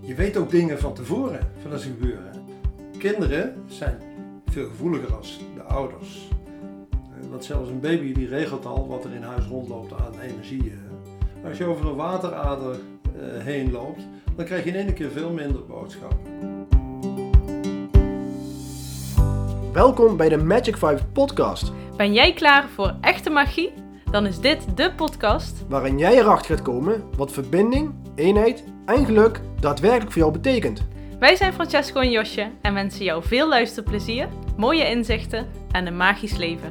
Je weet ook dingen van tevoren, van ze gebeuren. Kinderen zijn veel gevoeliger als de ouders. Want zelfs een baby die regelt al wat er in huis rondloopt aan energie. Als je over een waterader heen loopt, dan krijg je in één keer veel minder boodschappen. Welkom bij de Magic 5 podcast. Ben jij klaar voor echte magie? Dan is dit de podcast Waarin jij erachter gaat komen wat verbinding, eenheid en geluk daadwerkelijk voor jou betekent. Wij zijn Francesco en Josje en wensen jou veel luisterplezier, mooie inzichten en een magisch leven.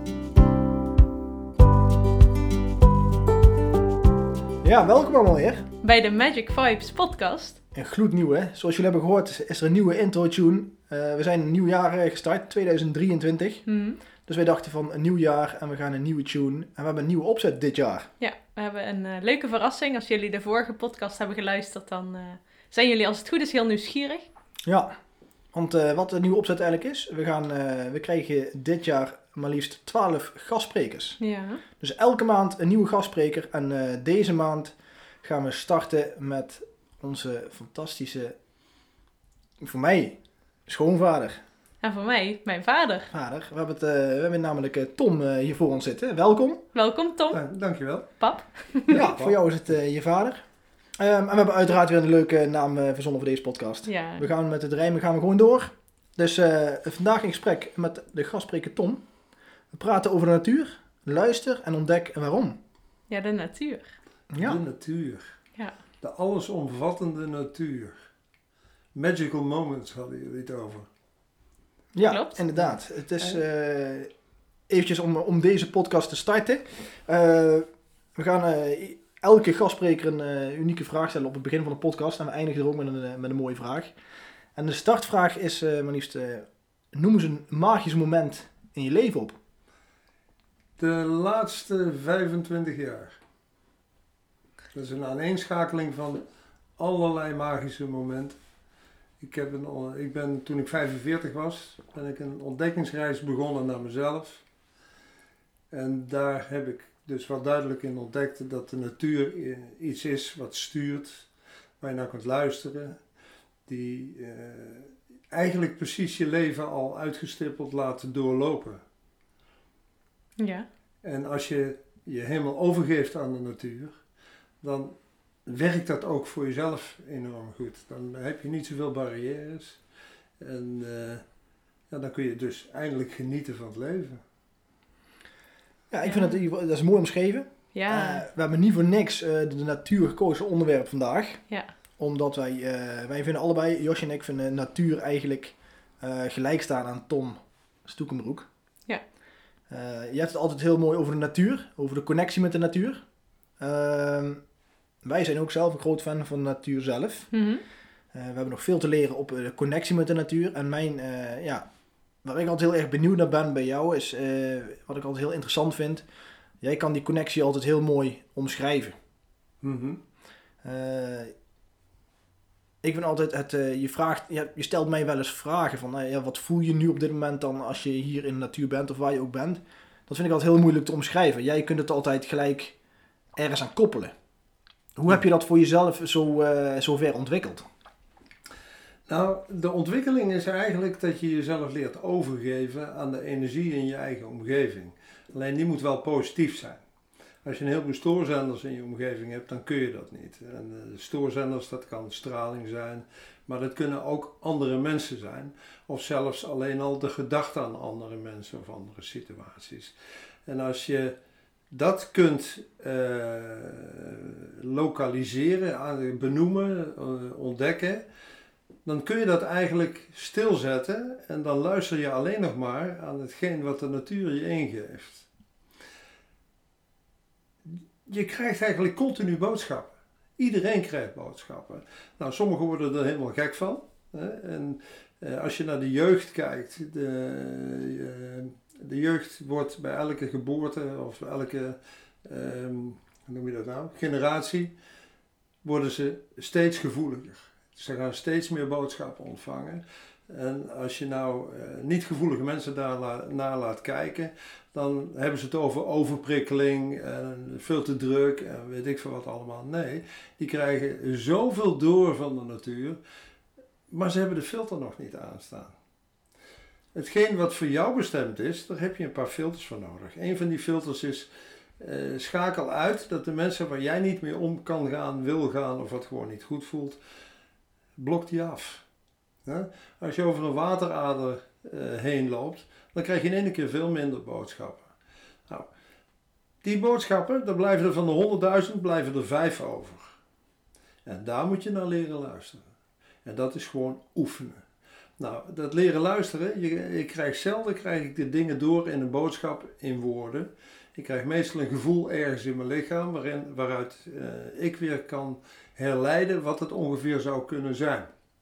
Ja, welkom allemaal weer. Bij de Magic Vibes podcast. En gloednieuw hè. Zoals jullie hebben gehoord is er een nieuwe intro-tune. We zijn een nieuw jaar gestart, 2023. Dus wij dachten van een nieuw jaar en we gaan een nieuwe tune. En we hebben een nieuwe opzet dit jaar. Ja, we hebben een leuke verrassing. Als jullie de vorige podcast hebben geluisterd, dan zijn jullie als het goed is heel nieuwsgierig. Ja, want wat de nieuwe opzet eigenlijk is, we krijgen dit jaar maar liefst 12 gastsprekers. Ja. Dus elke maand een nieuwe gastspreker. En deze maand gaan we starten met onze fantastische, voor mij, schoonvader. En voor mij, mijn vader. We hebben namelijk Tom hier voor ons zitten. Welkom. Welkom Tom. Dankjewel. Pap. Ja, voor jou is het je vader. En we hebben uiteraard weer een leuke naam verzonnen voor deze podcast. Ja. We gaan met het rijmen gewoon door. Dus vandaag in gesprek met de gastspreker Tom. We praten over de natuur. Luister en ontdek waarom. Ja, de natuur. Ja. De natuur. Ja. De allesomvattende natuur. Magical moments hadden jullie het over. Ja, Klopt. Inderdaad. Het is eventjes om deze podcast te starten. We gaan elke gastspreker een unieke vraag stellen op het begin van de podcast. En we eindigen er ook met een mooie vraag. En de startvraag is maar liefst, noem eens een magisch moment in je leven op. De laatste 25 jaar. Dat is een aaneenschakeling van allerlei magische momenten. Toen ik 45 was, ben ik een ontdekkingsreis begonnen naar mezelf. En daar heb ik dus wel duidelijk in ontdekt dat de natuur iets is wat stuurt, waar je naar kunt luisteren, die eigenlijk precies je leven al uitgestippeld laat doorlopen. Ja. En als je je helemaal overgeeft aan de natuur, dan werkt dat ook voor jezelf enorm goed. Dan heb je niet zoveel barrières. En dan kun je dus eindelijk genieten van het leven. Ja, ik vind dat is mooi omschreven. Ja. We hebben niet voor niks de natuur gekozen onderwerp vandaag. Ja. Omdat wij vinden allebei, Josje en ik vinden natuur eigenlijk gelijk staan aan Tom Stoekenbroek. Ja. Je hebt het altijd heel mooi over de natuur, over de connectie met de natuur. Wij zijn ook zelf een groot fan van de natuur zelf. Mm-hmm. We hebben nog veel te leren op de connectie met de natuur. En waar ik altijd heel erg benieuwd naar ben bij jou is, wat ik altijd heel interessant vind. Jij kan die connectie altijd heel mooi omschrijven. Mm-hmm. Ik vind altijd, je stelt mij wel eens vragen van, wat voel je nu op dit moment dan als je hier in de natuur bent of waar je ook bent. Dat vind ik altijd heel moeilijk te omschrijven. Jij kunt het altijd gelijk ergens aan koppelen. Hoe heb je dat voor jezelf zo ver ontwikkeld? Nou, de ontwikkeling is eigenlijk dat je jezelf leert overgeven aan de energie in je eigen omgeving. Alleen die moet wel positief zijn. Als je een heleboel stoorzenders in je omgeving hebt, dan kun je dat niet. En de stoorzenders, dat kan straling zijn, maar dat kunnen ook andere mensen zijn. Of zelfs alleen al de gedachte aan andere mensen of andere situaties. En als je dat kunt lokaliseren, benoemen, ontdekken, dan kun je dat eigenlijk stilzetten en dan luister je alleen nog maar aan hetgeen wat de natuur je ingeeft. Je krijgt eigenlijk continu boodschappen. Iedereen krijgt boodschappen. Nou, sommigen worden er helemaal gek van. Hè? En als je naar de jeugd kijkt, de jeugd wordt bij elke geboorte of elke hoe noem je dat nou, generatie, worden ze steeds gevoeliger. Ze gaan steeds meer boodschappen ontvangen. En als je nou niet gevoelige mensen daar naar laat kijken, dan hebben ze het over overprikkeling en veel te druk en weet ik veel wat allemaal. Nee, die krijgen zoveel door van de natuur, maar ze hebben de filter nog niet aanstaan. Hetgeen wat voor jou bestemd is, daar heb je een paar filters voor nodig. Een van die filters is schakel uit dat de mensen waar jij niet meer om kan gaan, wil gaan of wat gewoon niet goed voelt, blok die af. Ja? Als je over een waterader heen loopt, dan krijg je in één keer veel minder boodschappen. Nou, die boodschappen, daar blijven er van de 100.000 blijven er 5 over. En daar moet je naar leren luisteren. En dat is gewoon oefenen. Nou, dat leren luisteren, ik krijg zelden de dingen door in een boodschap in woorden. Ik krijg meestal een gevoel ergens in mijn lichaam waaruit ik weer kan herleiden wat het ongeveer zou kunnen zijn.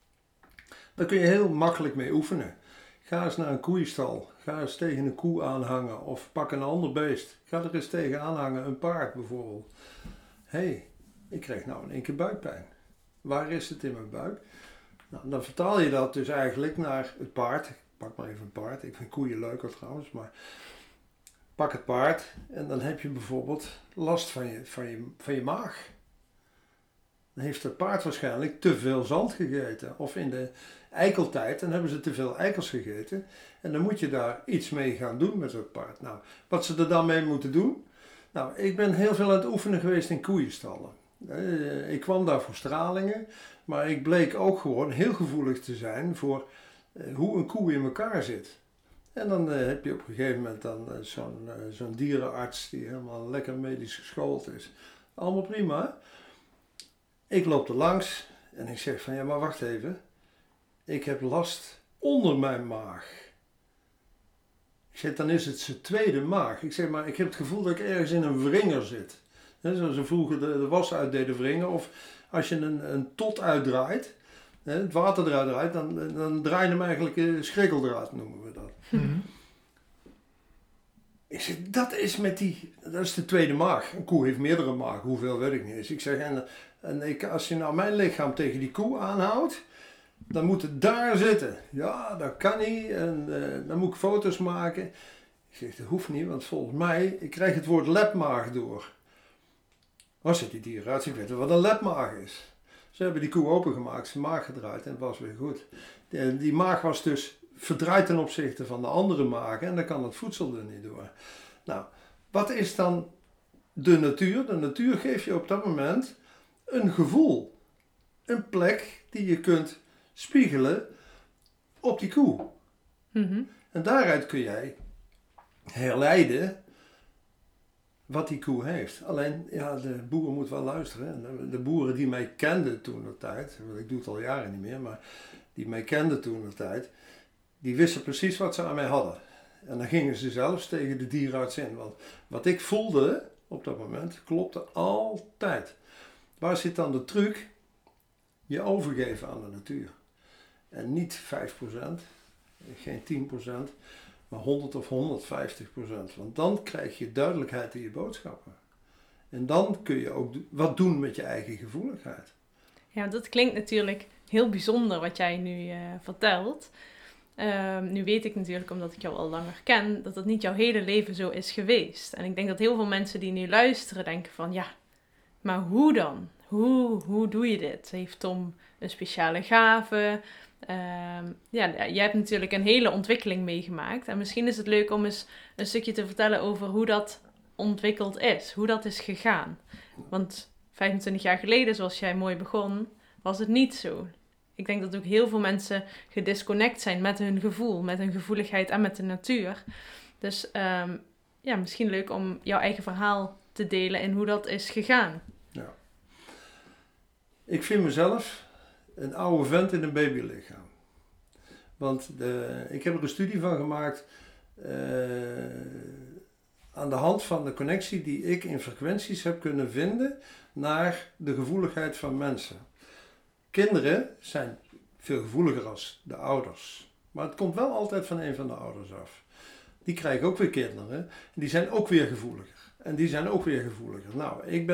Daar kun je heel makkelijk mee oefenen. Ga eens naar een koeienstal, ga eens tegen een koe aanhangen of pak een ander beest. Ga er eens tegen aanhangen, een paard bijvoorbeeld. Hé, ik krijg nou in één keer buikpijn. Waar is het in mijn buik? Nou, dan vertaal je dat dus eigenlijk naar het paard. Ik pak maar even een paard. Ik vind koeien leuker trouwens, maar pak het paard en dan heb je bijvoorbeeld last van je maag. Dan heeft het paard waarschijnlijk te veel zand gegeten. Of in de eikeltijd, dan hebben ze te veel eikels gegeten. En dan moet je daar iets mee gaan doen met het paard. Nou, wat ze er dan mee moeten doen? Nou, ik ben heel veel aan het oefenen geweest in koeienstallen. Ik kwam daar voor stralingen, maar ik bleek ook gewoon heel gevoelig te zijn voor hoe een koe in elkaar zit. En dan heb je op een gegeven moment dan zo'n dierenarts die helemaal lekker medisch geschoold is. Allemaal prima. Ik loop er langs en ik zeg van ja, maar wacht even. Ik heb last onder mijn maag. Ik zeg, dan is het zijn tweede maag. Ik zeg, maar ik heb het gevoel dat ik ergens in een wringer zit. Zoals ze vroeger de was uit deden wringen. Of als je een tot uitdraait, het water eruit draait, dan draai je hem eigenlijk een schrikkeldraad, noemen we dat. Mm-hmm. Ik zeg, dat is de tweede maag. Een koe heeft meerdere magen, hoeveel weet ik niet eens. Ik zeg, als je nou mijn lichaam tegen die koe aanhoudt, dan moet het daar zitten. Ja, dat kan niet. En dan moet ik foto's maken. Ik zeg, dat hoeft niet, want volgens mij, ik krijg het woord lepmaag door. Waar zit die dierenarts? Ik weet wel wat een lepmaag is. Ze hebben die koe opengemaakt, zijn maag gedraaid en het was weer goed. Die maag was dus verdraaid ten opzichte van de andere magen en dan kan het voedsel er niet door. Nou, wat is dan de natuur? De natuur geeft je op dat moment een gevoel. Een plek die je kunt spiegelen op die koe. Mm-hmm. En daaruit kun jij herleiden wat die koe heeft. Alleen, ja, de boer moet wel luisteren. De boeren die mij kenden toen de tijd, ik doe het al jaren niet meer, maar die mij kenden toen de tijd, die wisten precies wat ze aan mij hadden. En dan gingen ze zelfs tegen de dierenarts in. Want wat ik voelde op dat moment, klopte altijd. Waar zit dan de truc? Je overgeven aan de natuur. En niet 5%, geen 10%, maar 100 of 150%. Want dan krijg je duidelijkheid in je boodschappen. En dan kun je ook wat doen met je eigen gevoeligheid. Ja, dat klinkt natuurlijk heel bijzonder wat jij nu vertelt. Nu weet ik natuurlijk, omdat ik jou al langer ken, dat het niet jouw hele leven zo is geweest. En ik denk dat heel veel mensen die nu luisteren denken van, ja, maar hoe dan? Hoe doe je dit? Heeft Tom een speciale gave? Jij hebt natuurlijk een hele ontwikkeling meegemaakt. En misschien is het leuk om eens een stukje te vertellen over hoe dat ontwikkeld is. Hoe dat is gegaan. Want 25 jaar geleden, zoals jij mooi begon, was het niet zo. Ik denk dat ook heel veel mensen gedisconnect zijn met hun gevoel, met hun gevoeligheid en met de natuur. Dus misschien leuk om jouw eigen verhaal te delen en hoe dat is gegaan. Ja. Ik vind mezelf een oude vent in een babylichaam. Want ik heb er een studie van gemaakt aan de hand van de connectie die ik in frequenties heb kunnen vinden naar de gevoeligheid van mensen. Kinderen zijn veel gevoeliger als de ouders. Maar het komt wel altijd van een van de ouders af. Die krijgen ook weer kinderen. En die zijn ook weer gevoeliger. En die zijn ook weer gevoeliger. Nou, ik ben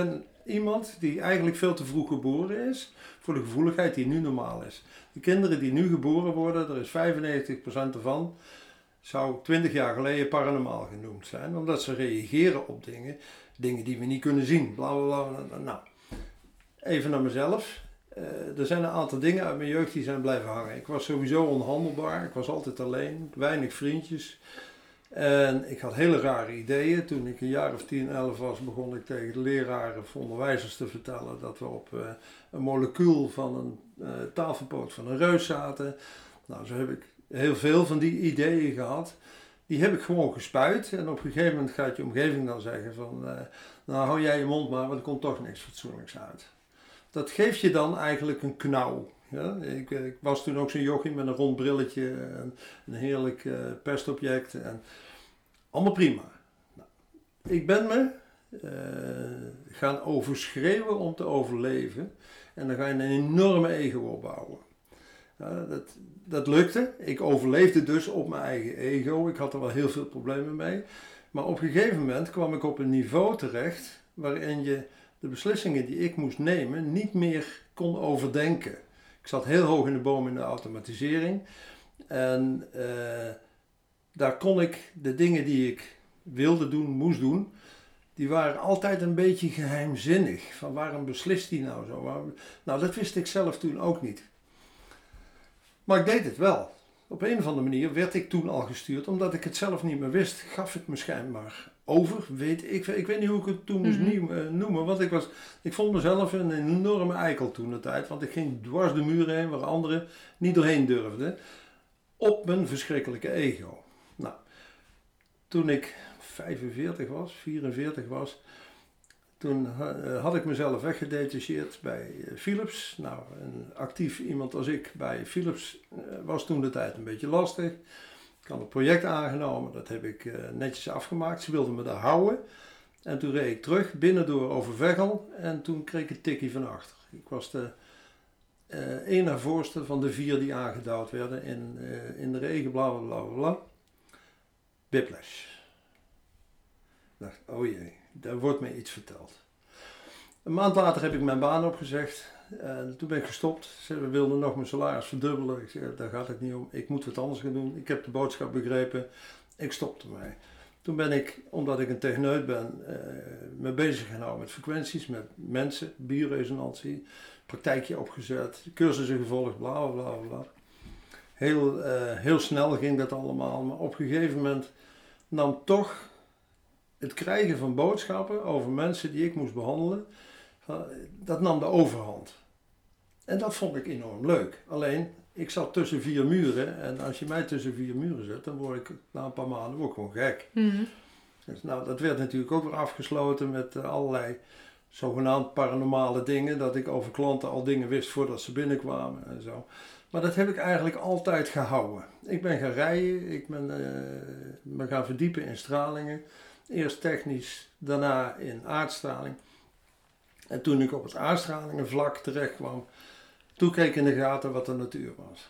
iemand die eigenlijk veel te vroeg geboren is voor de gevoeligheid die nu normaal is. De kinderen die nu geboren worden, er is 95% ervan, zou 20 jaar geleden paranormaal genoemd zijn. Omdat ze reageren op dingen die we niet kunnen zien. Bla bla bla. Nou, even naar mezelf. Er zijn een aantal dingen uit mijn jeugd die zijn blijven hangen. Ik was sowieso onhandelbaar. Ik was altijd alleen. Weinig vriendjes. En ik had hele rare ideeën. Toen ik een jaar of 10, 11 was, begon ik tegen de leraren of onderwijzers te vertellen dat we op een molecuul van een tafelpoot van een reus zaten. Nou, zo heb ik heel veel van die ideeën gehad. Die heb ik gewoon gespuit. En op een gegeven moment gaat je omgeving dan zeggen van, nou hou jij je mond maar, want er komt toch niks fatsoenlijks uit. Dat geeft je dan eigenlijk een knauw. Ja? Ik was toen ook zo'n jochie met een rond brilletje, een heerlijk pestobject. En allemaal prima. Nou, ik ben me gaan overschreeuwen om te overleven. En dan ga je een enorme ego opbouwen. Ja, dat lukte. Ik overleefde dus op mijn eigen ego. Ik had er wel heel veel problemen mee. Maar op een gegeven moment kwam ik op een niveau terecht waarin je de beslissingen die ik moest nemen niet meer kon overdenken. Ik zat heel hoog in de boom in de automatisering. En daar kon ik de dingen die ik wilde doen, moest doen, die waren altijd een beetje geheimzinnig. Van waarom beslist die nou zo? Nou, dat wist ik zelf toen ook niet. Maar ik deed het wel. Op een of andere manier werd ik toen al gestuurd, omdat ik het zelf niet meer wist, gaf ik me schijnbaar over. Ik weet niet hoe ik het toen moest noemen, want ik vond mezelf een enorme eikel toen de tijd, want ik ging dwars de muren heen waar anderen niet doorheen durfden, op mijn verschrikkelijke ego. Nou, toen ik 44 was, toen had ik mezelf weggedetacheerd bij Philips. Nou, een actief iemand als ik bij Philips was toen de tijd een beetje lastig. Ik had een project aangenomen, dat heb ik netjes afgemaakt. Ze wilden me daar houden. En toen reed ik terug, binnendoor over Veghel. En toen kreeg ik een tikkie van achter. Ik was de één na voorste van de 4 die aangedouwd werden in de regen, bla bla bla bla. Whiplash. Ik dacht, oh jee, daar wordt mij iets verteld. Een maand later heb ik mijn baan opgezegd. En toen ben ik gestopt. Ze wilden nog mijn salaris verdubbelen. Ik zei, daar gaat het niet om. Ik moet wat anders gaan doen. Ik heb de boodschap begrepen. Ik stopte mij. Toen ben ik, omdat ik een techneut ben, me bezig gehouden met frequenties, met mensen, bioresonantie, praktijkje opgezet, cursussen gevolgd, bla bla bla. Heel snel ging dat allemaal, maar op een gegeven moment nam toch het krijgen van boodschappen over mensen die ik moest behandelen, dat nam de overhand. En dat vond ik enorm leuk. Alleen, ik zat tussen 4 muren en als je mij tussen 4 muren zet, dan word ik na een paar maanden ook gewoon gek. Mm-hmm. Dus, nou, dat werd natuurlijk ook weer afgesloten met allerlei zogenaamd paranormale dingen, dat ik over klanten al dingen wist voordat ze binnenkwamen en zo. Maar dat heb ik eigenlijk altijd gehouden. Ik ben gaan rijden, ik ben me gaan verdiepen in stralingen. Eerst technisch, daarna in aardstraling. En toen ik op het aardstralingenvlak terecht kwam, toen kreeg ik in de gaten wat de natuur was.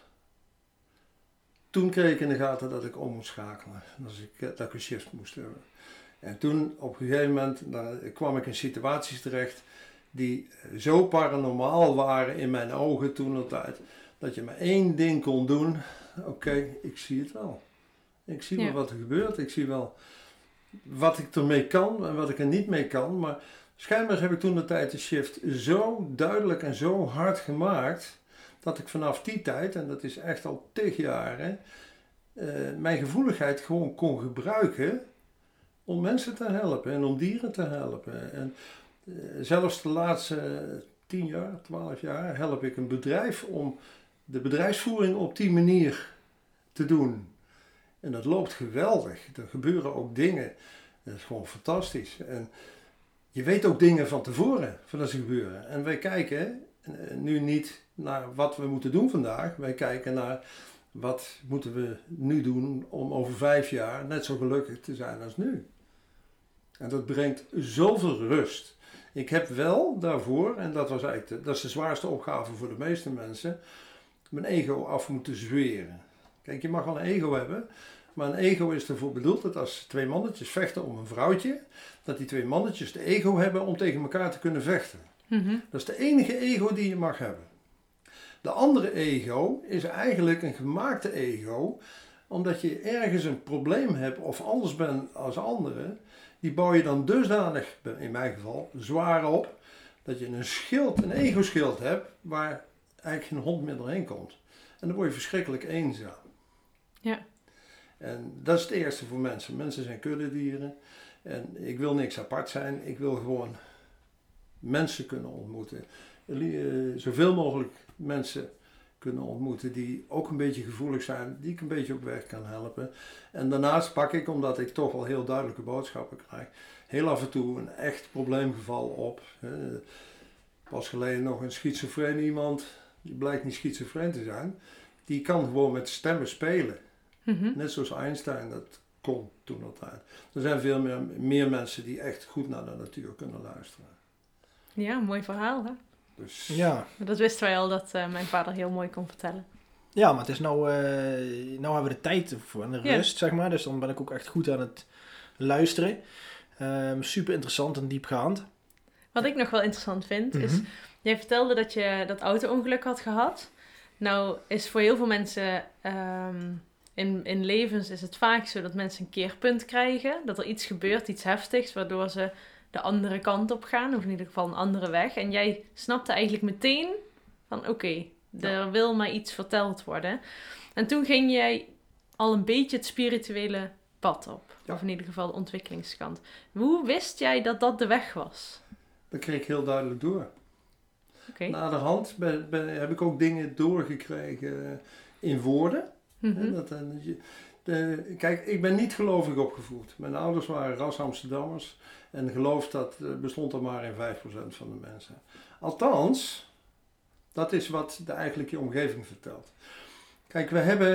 Toen kreeg ik in de gaten dat ik om moest schakelen. Dat ik een shift moest hebben. En toen op een gegeven moment kwam ik in situaties terecht die zo paranormaal waren in mijn ogen toen de tijd. Dat je maar één ding kon doen. Oké, ik zie het wel. Ik zie wel wat er gebeurt. Ik zie wel wat ik ermee kan en wat ik er niet mee kan. Maar schijnbaar heb ik toen de tijd de shift zo duidelijk en zo hard gemaakt, dat ik vanaf die tijd, en dat is echt al 10 jaar, mijn gevoeligheid gewoon kon gebruiken om mensen te helpen en om dieren te helpen. En zelfs de laatste 10 jaar, 12 jaar help ik een bedrijf om de bedrijfsvoering op die manier te doen. En dat loopt geweldig. Er gebeuren ook dingen. Dat is gewoon fantastisch. En je weet ook dingen van tevoren voordat ze gebeuren. En wij kijken nu niet naar wat we moeten doen vandaag. Wij kijken naar wat moeten we nu doen om over 5 jaar net zo gelukkig te zijn als nu. En dat brengt zoveel rust. Ik heb wel daarvoor, en dat is de zwaarste opgave voor de meeste mensen, mijn ego af moeten zweren. Kijk, je mag wel een ego hebben, Maar een ego is ervoor bedoeld dat als 2 mannetjes vechten om een vrouwtje, dat die 2 mannetjes de ego hebben om tegen elkaar te kunnen vechten. Dat is de enige ego die je mag hebben. De andere ego is eigenlijk een gemaakte ego, omdat je ergens een probleem hebt of anders bent als anderen. Die bouw je dan dusdanig, in mijn geval, zwaar op, dat je een ego-schild hebt waar eigenlijk geen hond meer doorheen komt. En dan word je verschrikkelijk eenzaam. Ja. En dat is het eerste voor mensen. Mensen zijn kuddedieren. En ik wil niks apart zijn. Ik wil gewoon mensen kunnen ontmoeten. Zoveel mogelijk mensen kunnen ontmoeten die ook een beetje gevoelig zijn. Die ik een beetje op weg kan helpen. En daarnaast pak ik, omdat ik toch wel heel duidelijke boodschappen krijg, heel af en toe een echt probleemgeval op. Pas geleden nog een schizofreen iemand, die blijkt niet schizofreen te zijn. Die kan gewoon met stemmen spelen. Net zoals Einstein dat kon toen altijd. Er zijn veel meer mensen die echt goed naar de natuur kunnen luisteren. Ja, mooi verhaal, hè? Dus, Ja. Dat wisten wij al dat mijn vader heel mooi kon vertellen. Ja, maar het is nou hebben we de tijd voor en de rust, zeg maar. Dus dan ben ik ook echt goed aan het luisteren. Super interessant en diepgaand. Wat ik nog wel interessant vind, is... Jij vertelde dat je dat auto-ongeluk had gehad. Nou, is voor heel veel mensen... In levens is het vaak zo dat mensen een keerpunt krijgen. Dat er iets gebeurt, iets heftigs, waardoor ze de andere kant op gaan. Of in ieder geval een andere weg. En jij snapte eigenlijk meteen van oké, er wil maar iets verteld worden. En toen ging jij al een beetje het spirituele pad op. Ja. Of in ieder geval de ontwikkelingskant. Hoe wist jij dat dat de weg was? Dat kreeg ik heel duidelijk door. Okay. Naderhand heb ik ook dingen doorgekregen in woorden. Kijk, ik ben niet gelovig opgevoed. Mijn ouders waren ras Amsterdammers. En geloof dat bestond er maar in 5% van de mensen. Althans, dat is wat eigenlijk je omgeving vertelt. Kijk,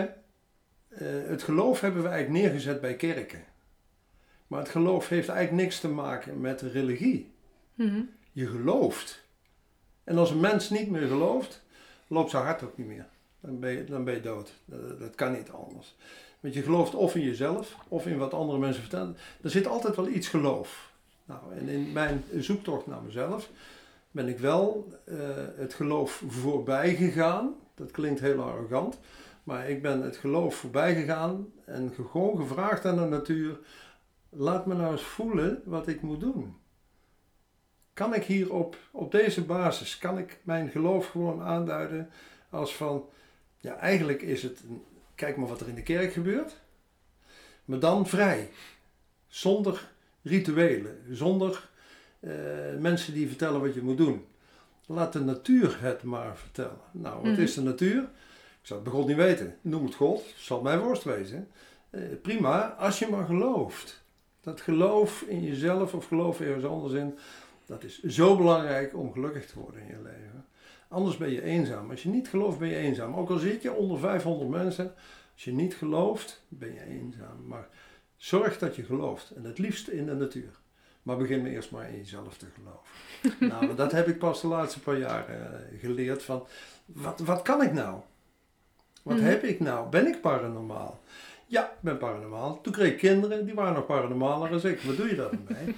het geloof hebben we eigenlijk neergezet bij kerken. Maar het geloof heeft eigenlijk niks te maken met de religie. Je gelooft. En als een mens niet meer gelooft, loopt zijn hart ook niet meer. Dan ben je dood. Dat kan niet anders. Want je gelooft of in jezelf, of in wat andere mensen vertellen. Er zit altijd wel iets geloof. Nou, en in mijn zoektocht naar mezelf ben ik wel het geloof voorbij gegaan. Dat klinkt heel arrogant. Maar ik ben het geloof voorbij gegaan en gewoon gevraagd aan de natuur. Laat me nou eens voelen wat ik moet doen. Kan ik hier op deze basis, kan ik mijn geloof gewoon aanduiden als van, ja, eigenlijk is het, kijk maar wat er in de kerk gebeurt, maar dan vrij, zonder rituelen, zonder mensen die vertellen wat je moet doen. Laat de natuur het maar vertellen. Nou, wat is de natuur? Ik zou het bij God niet weten. Noem het God, zal mijn worst wezen. Prima, als je maar gelooft. Dat geloof in jezelf of geloof ergens anders in, dat is zo belangrijk om gelukkig te worden in je leven. Anders ben je eenzaam. Als je niet gelooft, ben je eenzaam. Ook al zit je onder 500 mensen, als je niet gelooft, ben je eenzaam. Maar zorg dat je gelooft. En het liefst in de natuur. Maar begin eerst maar in jezelf te geloven. Nou, dat heb ik pas de laatste paar jaren geleerd. Van, wat kan ik nou? Wat heb ik nou? Ben ik paranormaal? Ja, ik ben paranormaal. Toen kreeg ik kinderen, die waren nog paranormaler dan ik. Wat doe je daar mee?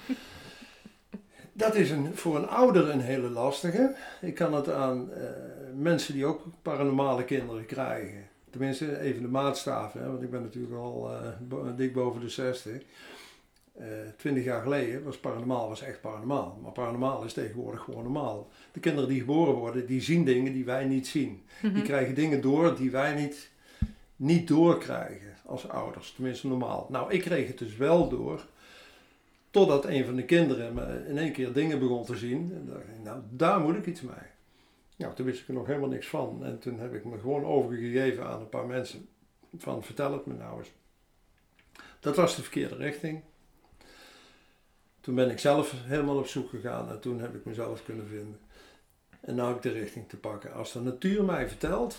Dat is voor een ouder een hele lastige. Ik kan het aan mensen die ook paranormale kinderen krijgen. Tenminste, even de maatstaf. Hè, want ik ben natuurlijk al dik boven de 60. 20 jaar geleden was paranormaal echt paranormaal. Maar paranormaal is tegenwoordig gewoon normaal. De kinderen die geboren worden, die zien dingen die wij niet zien. Die krijgen dingen door die wij niet doorkrijgen als ouders. Tenminste normaal. Nou, ik kreeg het dus wel door. Totdat een van de kinderen me in één keer dingen begon te zien. En dacht ik, nou, daar moet ik iets mee. Nou, toen wist ik er nog helemaal niks van. En toen heb ik me gewoon overgegeven aan een paar mensen. Van, vertel het me nou eens. Dat was de verkeerde richting. Toen ben ik zelf helemaal op zoek gegaan. En toen heb ik mezelf kunnen vinden. En nu heb ik de richting te pakken. Als de natuur mij vertelt,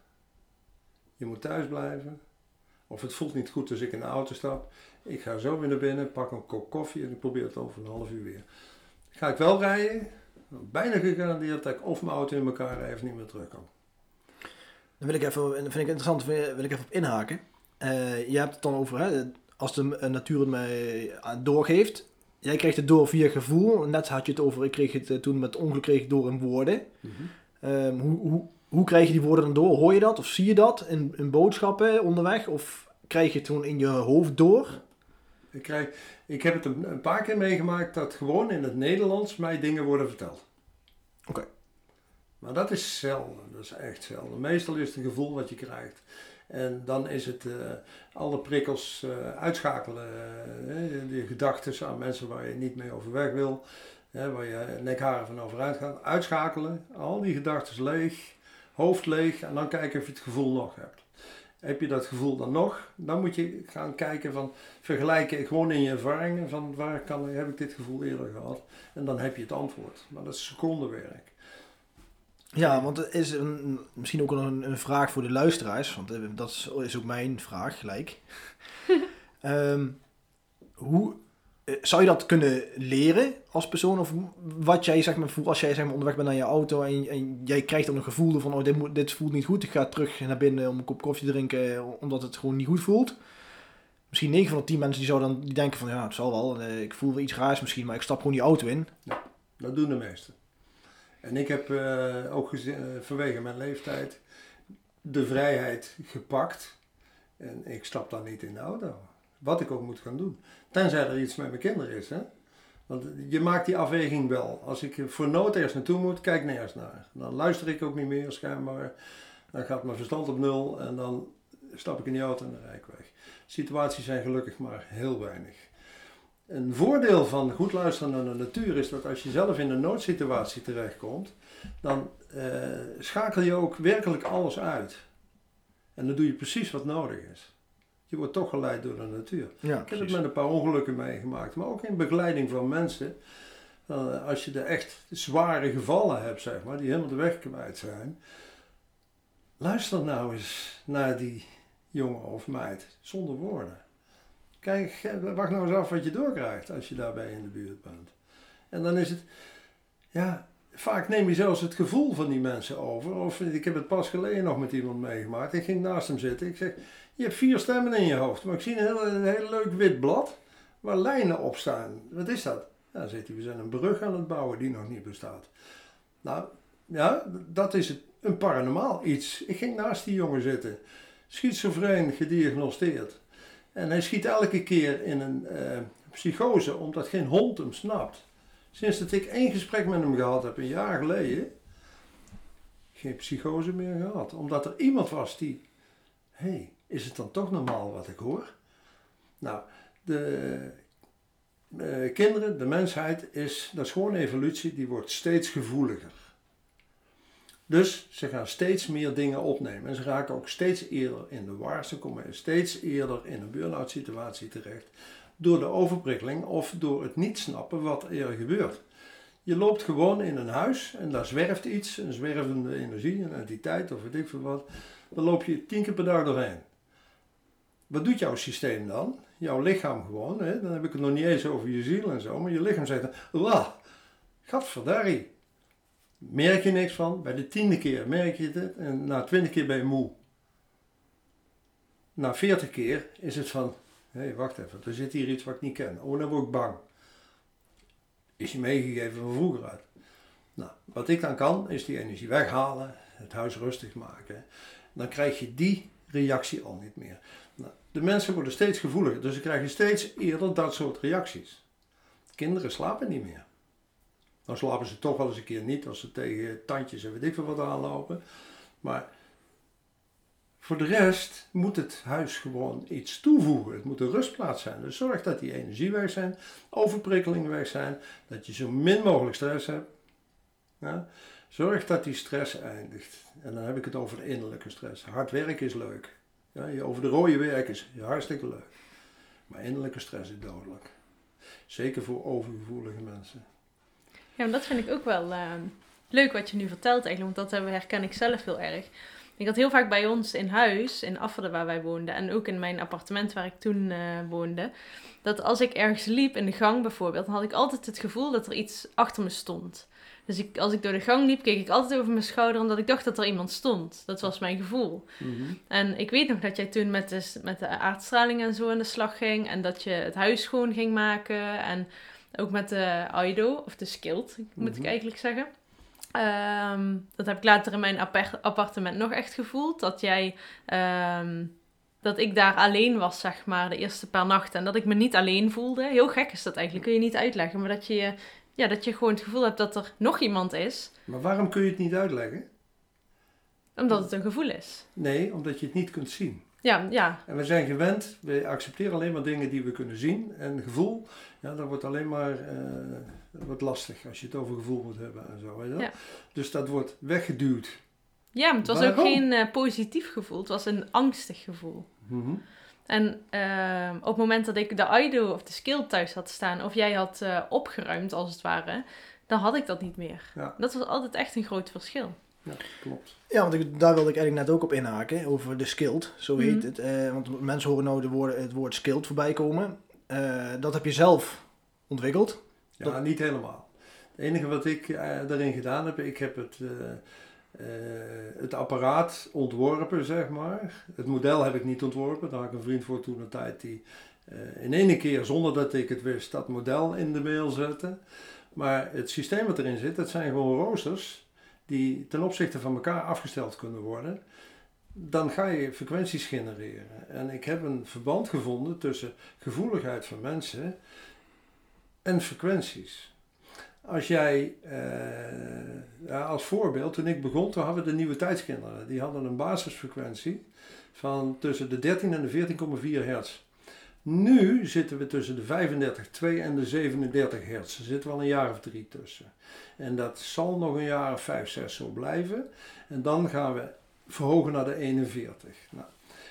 je moet thuis blijven. Of het voelt niet goed als ik in de auto stap. Ik ga zo weer naar binnen, pak een kop koffie en ik probeer het over een half uur weer. Ga ik wel rijden, bijna gegarandeerd dat ik of mijn auto in elkaar rij of niet meer terugkom. Dan wil ik even, vind ik interessant, wil ik even op inhaken. je hebt het dan over, hè, als de natuur het mij doorgeeft. Jij krijgt het door via gevoel. Net had je het over, ik kreeg het toen met ongeluk kreeg ik door in woorden. Hoe krijg je die woorden dan door? Hoor je dat of zie je dat in boodschappen onderweg? Of krijg je het gewoon in je hoofd door? Ik heb het een paar keer meegemaakt dat gewoon in het Nederlands mij dingen worden verteld. Oké. Maar dat is zelden, dat is echt zelden. Meestal is het een gevoel wat je krijgt. En dan is het alle prikkels uitschakelen. Die gedachten aan mensen waar je niet mee overweg wil. Waar je nekharen van overuit gaat. Uitschakelen, al die gedachten leeg, hoofd leeg. En dan kijken of je het gevoel nog hebt. Heb je dat gevoel dan nog? Dan moet je gaan kijken van, vergelijken gewoon in je ervaringen. Van waar heb ik dit gevoel eerder gehad? En dan heb je het antwoord. Maar dat is secondenwerk. Ja, want het is misschien ook een vraag voor de luisteraars, want dat is ook mijn vraag gelijk. Hoe zou je dat kunnen leren als persoon? Of wat jij zeg maar voelt als jij zeg maar onderweg bent naar je auto en jij krijgt dan een gevoel van dit voelt niet goed. Ik ga terug naar binnen om een kop koffie te drinken omdat het gewoon niet goed voelt. Misschien 9 van de 10 mensen die denken van ja, het zal wel. Ik voel wel iets raars misschien, maar ik stap gewoon die auto in. Ja, dat doen de meesten. En ik heb ook vanwege mijn leeftijd de vrijheid gepakt. En ik stap dan niet in de auto. Wat ik ook moet gaan doen. Tenzij er iets met mijn kinderen is. Hè? Want je maakt die afweging wel. Als ik voor nood ergens naartoe moet, kijk nergens naar. Dan luister ik ook niet meer schijnbaar. Dan gaat mijn verstand op nul. En dan stap ik in die auto en dan rijd ik weg. Situaties zijn gelukkig maar heel weinig. Een voordeel van goed luisteren naar de natuur is dat als je zelf in een noodsituatie terechtkomt, dan schakel je ook werkelijk alles uit. En dan doe je precies wat nodig is. Je wordt toch geleid door de natuur. Ja, ik heb het met een paar ongelukken meegemaakt, maar ook in begeleiding van mensen. Als je de echt zware gevallen hebt, zeg maar, die helemaal de weg kwijt zijn. Luister nou eens naar die jongen of meid, zonder woorden. Kijk, wacht nou eens af wat je doorkrijgt als je daarbij in de buurt bent. En dan is het, ja, vaak neem je zelfs het gevoel van die mensen over. Of ik heb het pas geleden nog met iemand meegemaakt. Ik ging naast hem zitten. Ik zeg, je hebt 4 stemmen in je hoofd. Maar ik zie een heel leuk wit blad waar lijnen op staan. Wat is dat? Ja, zegt hij, we zijn een brug aan het bouwen die nog niet bestaat. Nou, ja, dat is een paranormaal iets. Ik ging naast die jongen zitten. Schizofreen gediagnosteerd. En hij schiet elke keer in een psychose, omdat geen hond hem snapt. Sinds dat ik 1 gesprek met hem gehad heb, een jaar geleden, geen psychose meer gehad. Omdat er iemand was die, is het dan toch normaal wat ik hoor? Nou, de kinderen, de mensheid, dat is gewoon evolutie, die wordt steeds gevoeliger. Dus ze gaan steeds meer dingen opnemen en ze raken ook steeds eerder in de war. Ze komen steeds eerder in een burn-out situatie terecht door de overprikkeling of door het niet snappen wat er gebeurt. Je loopt gewoon in een huis en daar zwerft iets, een zwervende energie, een entiteit of weet ik veel wat. Dan loop je 10 keer per dag doorheen. Wat doet jouw systeem dan? Jouw lichaam gewoon, hè? Dan heb ik het nog niet eens over je ziel en zo, maar je lichaam zegt dan, gadverdarrie. Merk je niks van, bij de 10e keer merk je het en na 20 keer ben je moe. Na 40 keer is het van, wacht even, er zit hier iets wat ik niet ken. Oh, dan word ik bang. Is je meegegeven van vroeger uit. Nou, wat ik dan kan, is die energie weghalen, het huis rustig maken. Dan krijg je die reactie al niet meer. Nou, de mensen worden steeds gevoeliger, dus ze krijgen steeds eerder dat soort reacties. Kinderen slapen niet meer. Dan slapen ze toch wel eens een keer niet als ze tegen tandjes en weet ik veel wat aanlopen. Maar voor de rest moet het huis gewoon iets toevoegen. Het moet een rustplaats zijn. Dus zorg dat die energie weg zijn, overprikkeling weg zijn, dat je zo min mogelijk stress hebt. Ja? Zorg dat die stress eindigt. En dan heb ik het over de innerlijke stress. Hard werken is leuk. Ja, over de rode werk is hartstikke leuk. Maar innerlijke stress is dodelijk. Zeker voor overgevoelige mensen. Ja, maar dat vind ik ook wel leuk wat je nu vertelt eigenlijk, want dat herken ik zelf heel erg. Ik had heel vaak bij ons in huis, in Afferden waar wij woonden, en ook in mijn appartement waar ik toen woonde, dat als ik ergens liep in de gang bijvoorbeeld, dan had ik altijd het gevoel dat er iets achter me stond. Dus als ik door de gang liep, keek ik altijd over mijn schouder, omdat ik dacht dat er iemand stond. Dat was mijn gevoel. Mhm. En ik weet nog dat jij toen met de aardstraling en zo aan de slag ging. En dat je het huis schoon ging maken. En ook met de Aido, of de Skilt, moet ik eigenlijk zeggen. Dat heb ik later in mijn appartement nog echt gevoeld. Dat ik daar alleen was, zeg maar, de eerste paar nachten. En dat ik me niet alleen voelde. Heel gek is dat eigenlijk, kun je niet uitleggen. Maar dat je gewoon het gevoel hebt dat er nog iemand is. Maar waarom kun je het niet uitleggen? Omdat het een gevoel is. Nee, omdat je het niet kunt zien. Ja. En we zijn gewend, we accepteren alleen maar dingen die we kunnen zien. En gevoel, ja, dat wordt alleen maar wordt lastig als je het over gevoel moet hebben en zo. Weet je wel? Ja. Dus dat wordt weggeduwd. Ja, maar het was Waarom? ook geen positief gevoel. Het was een angstig gevoel. Mhm. En op het moment dat ik de Aido of de Skill thuis had staan, of jij had opgeruimd als het ware, dan had ik dat niet meer. Ja. Dat was altijd echt een groot verschil. Ja, klopt. Ja, want daar wilde ik eigenlijk net ook op inhaken, over de skilled, zo heet het. Want mensen horen nou het woord skilled voorbij komen. Dat heb je zelf ontwikkeld. Ja, niet helemaal. Het enige wat ik daarin gedaan heb, ik heb het apparaat ontworpen, zeg maar. Het model heb ik niet ontworpen, daar had ik een vriend voor toen een tijd die in één keer, zonder dat ik het wist, dat model in de mail zette. Maar het systeem wat erin zit, dat zijn gewoon roosters die ten opzichte van elkaar afgesteld kunnen worden. Dan ga je frequenties genereren. En ik heb een verband gevonden tussen gevoeligheid van mensen en frequenties. Als jij, als voorbeeld, toen ik begon, toen hadden we de nieuwe tijdskinderen. Die hadden een basisfrequentie van tussen de 13 en de 14,4 hertz. Nu zitten we tussen de 35,2 en de 37 hertz. Er zit wel een jaar of 3 tussen. En dat zal nog een jaar of 5, 6 zo blijven. En dan gaan we verhogen naar de 41. Nou,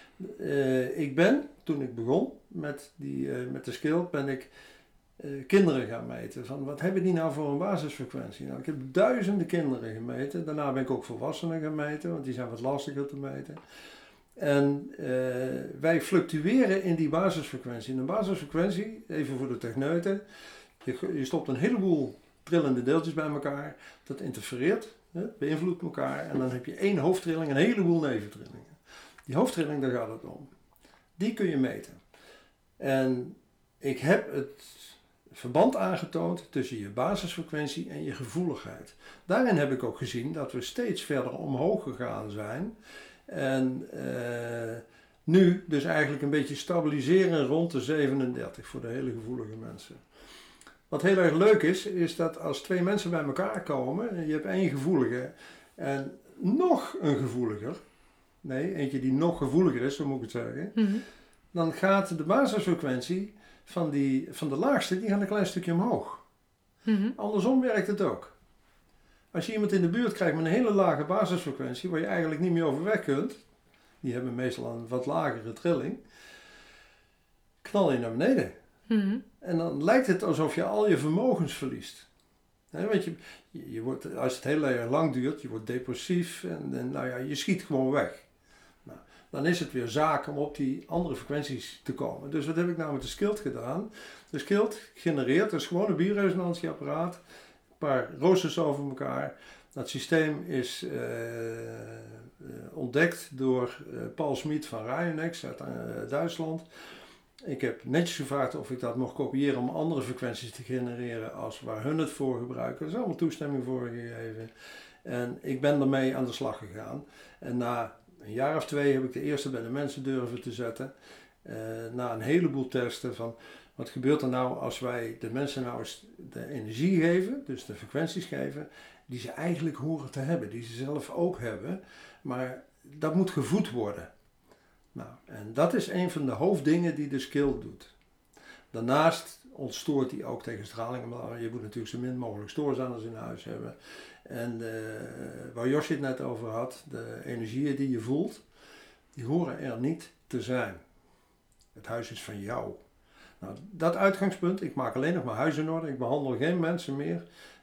ik ben, toen ik begon met de skill, ben ik kinderen gaan meten. Van wat hebben die nou voor een basisfrequentie? Nou, ik heb duizenden kinderen gemeten. Daarna ben ik ook volwassenen gaan meten, want die zijn wat lastiger te meten. En wij fluctueren in die basisfrequentie. En een basisfrequentie, even voor de techneuten, je stopt een heleboel trillende deeltjes bij elkaar, dat interfereert, beïnvloedt elkaar en dan heb je één hoofdtrilling en een heleboel neventrillingen. Die hoofdtrilling, daar gaat het om. Die kun je meten. En ik heb het verband aangetoond tussen je basisfrequentie en je gevoeligheid. Daarin heb ik ook gezien dat we steeds verder omhoog gegaan zijn. En nu dus eigenlijk een beetje stabiliseren rond de 37 voor de hele gevoelige mensen. Wat heel erg leuk is dat als twee mensen bij elkaar komen, en je hebt één gevoelige en nog een gevoeliger, nee, eentje die nog gevoeliger is, zo moet ik het zeggen, dan gaat de basisfrequentie van de laagste, die gaat een klein stukje omhoog. Andersom werkt het ook. Als je iemand in de buurt krijgt met een hele lage basisfrequentie, waar je eigenlijk niet meer over weg kunt, die hebben meestal een wat lagere trilling, knal je naar beneden. En dan lijkt het alsof je al je vermogens verliest. Want je wordt, als het heel erg lang duurt, je wordt depressief en nou ja, je schiet gewoon weg. Nou, dan is het weer zaak om op die andere frequenties te komen. Dus wat heb ik nou met de Skilt gedaan? De Skilt genereert, dat is gewoon een bioresonantieapparaat, een paar roosters over elkaar. Dat systeem is ontdekt door Paul Smit van Rionex uit Duitsland. Ik heb netjes gevraagd of ik dat mocht kopiëren om andere frequenties te genereren als waar hun het voor gebruiken. Er is allemaal toestemming voor gegeven. En ik ben ermee aan de slag gegaan. En na een jaar of 2 heb ik de eerste bij de mensen durven te zetten. Na een heleboel testen van wat gebeurt er nou als wij de mensen nou eens de energie geven, dus de frequenties geven, die ze eigenlijk horen te hebben, die ze zelf ook hebben. Maar dat moet gevoed worden. Nou, en dat is een van de hoofddingen die de skill doet. Daarnaast ontstoort hij ook tegen straling, maar je moet natuurlijk zo min mogelijk stoorzenders in huis hebben. En waar Josje het net over had, de energieën die je voelt, die horen er niet te zijn. Het huis is van jou. Nou, dat uitgangspunt, ik maak alleen nog maar huis in orde, ik behandel geen mensen meer.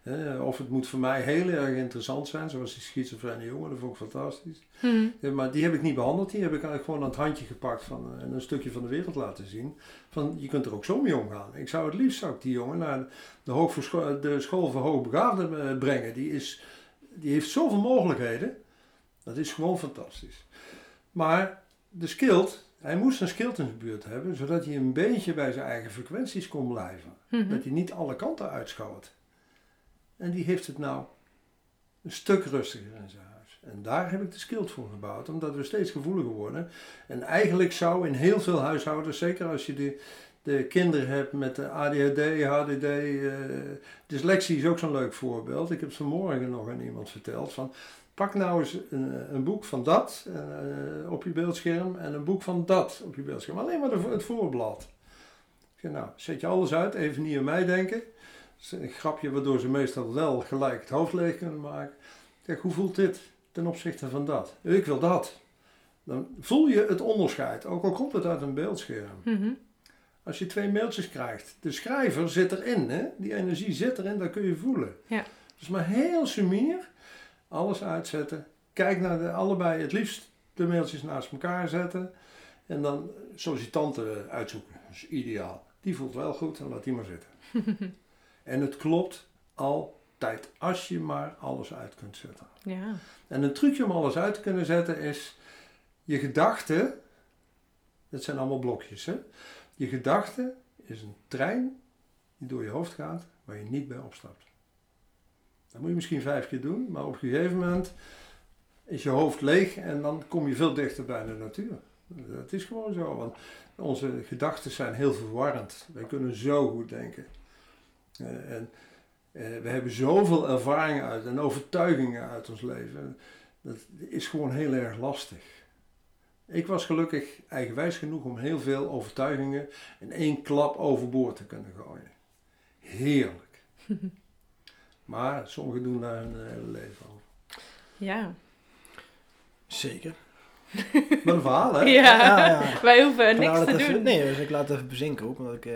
Of het moet voor mij heel erg interessant zijn, zoals die schizofrene jongen, dat vond ik fantastisch. Maar die heb ik niet behandeld, die heb ik eigenlijk gewoon aan het handje gepakt en een stukje van de wereld laten zien. Van, je kunt er ook zo mee omgaan. Ik zou het liefst die jongen naar de school voor hoogbegaafden brengen. Die heeft zoveel mogelijkheden. Dat is gewoon fantastisch. Maar de Skilled, hij moest een Skilled in de buurt hebben, zodat hij een beetje bij zijn eigen frequenties kon blijven. Dat hij niet alle kanten uitschoot. En die heeft het nou een stuk rustiger in zijn huis. En daar heb ik de Skilled voor gebouwd, omdat we steeds gevoeliger worden. En eigenlijk zou in heel veel huishoudens, zeker als je de kinderen hebt met de ADHD, HDD, dyslexie is ook zo'n leuk voorbeeld. Ik heb het vanmorgen nog aan iemand verteld van, pak nou eens een boek van dat op je beeldscherm en een boek van dat op je beeldscherm. Alleen maar het voorblad. Ik zeg, nou, zet je alles uit, even niet aan mij denken. Dat is een grapje waardoor ze meestal wel gelijk het hoofd leeg kunnen maken. Kijk, hoe voelt dit ten opzichte van dat? Ik wil dat. Dan voel je het onderscheid, ook al komt het uit een beeldscherm. Als je 2 mailtjes krijgt, de schrijver zit erin, hè? Die energie zit erin, dat kun je voelen. Ja. Dus maar heel sumier, alles uitzetten. Kijk naar allebei, het liefst de mailtjes naast elkaar zetten. En dan sollicitanten uitzoeken, dat is ideaal. Die voelt wel goed, dan laat die maar zitten. En het klopt altijd, als je maar alles uit kunt zetten. Ja. En een trucje om alles uit te kunnen zetten is, je gedachte, dat zijn allemaal blokjes, hè. Je gedachte is een trein die door je hoofd gaat, waar je niet bij opstapt. Dat moet je misschien 5 keer doen, maar op een gegeven moment is je hoofd leeg en dan kom je veel dichter bij de natuur. Dat is gewoon zo, want onze gedachten zijn heel verwarrend. Wij kunnen zo goed denken. We hebben zoveel ervaringen uit en overtuigingen uit ons leven. Dat is gewoon heel erg lastig. Ik was gelukkig eigenwijs genoeg om heel veel overtuigingen in 1 klap overboord te kunnen gooien. Heerlijk. Maar sommigen doen daar hun hele leven over. Ja. Zeker. Wat een verhaal, hè? Ja. Wij hoeven niks te doen. Nee, dus ik laat het even bezinken ook. Omdat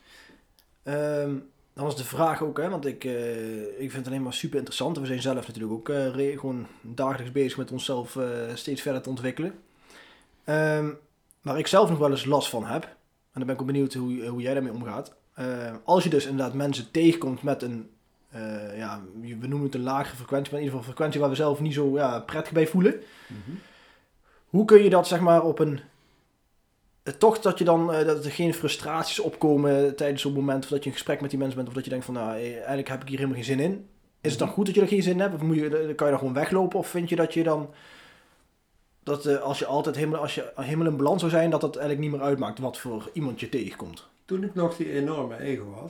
dan is de vraag ook, hè, want ik vind het alleen maar super interessant. We zijn zelf natuurlijk ook gewoon dagelijks bezig met onszelf steeds verder te ontwikkelen. Waar ik zelf nog wel eens last van heb, en dan ben ik ook benieuwd hoe jij daarmee omgaat. Als je dus inderdaad mensen tegenkomt met een, we noemen het een lagere frequentie, maar in ieder geval een frequentie waar we zelf niet zo prettig bij voelen. Hoe kun je dat zeg maar op een, toch dat je dan, dat er geen frustraties opkomen tijdens zo'n moment, of dat je een gesprek met die mensen bent, of dat je denkt van, nou, eigenlijk heb ik hier helemaal geen zin in. Is het dan goed dat je er geen zin in hebt, of kan je dan gewoon weglopen, of vind je dat je dan, dat als je altijd helemaal in balans zou zijn, dat het eigenlijk niet meer uitmaakt wat voor iemand je tegenkomt? Toen ik nog die enorme ego had,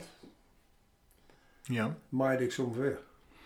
maaide ik zo omver.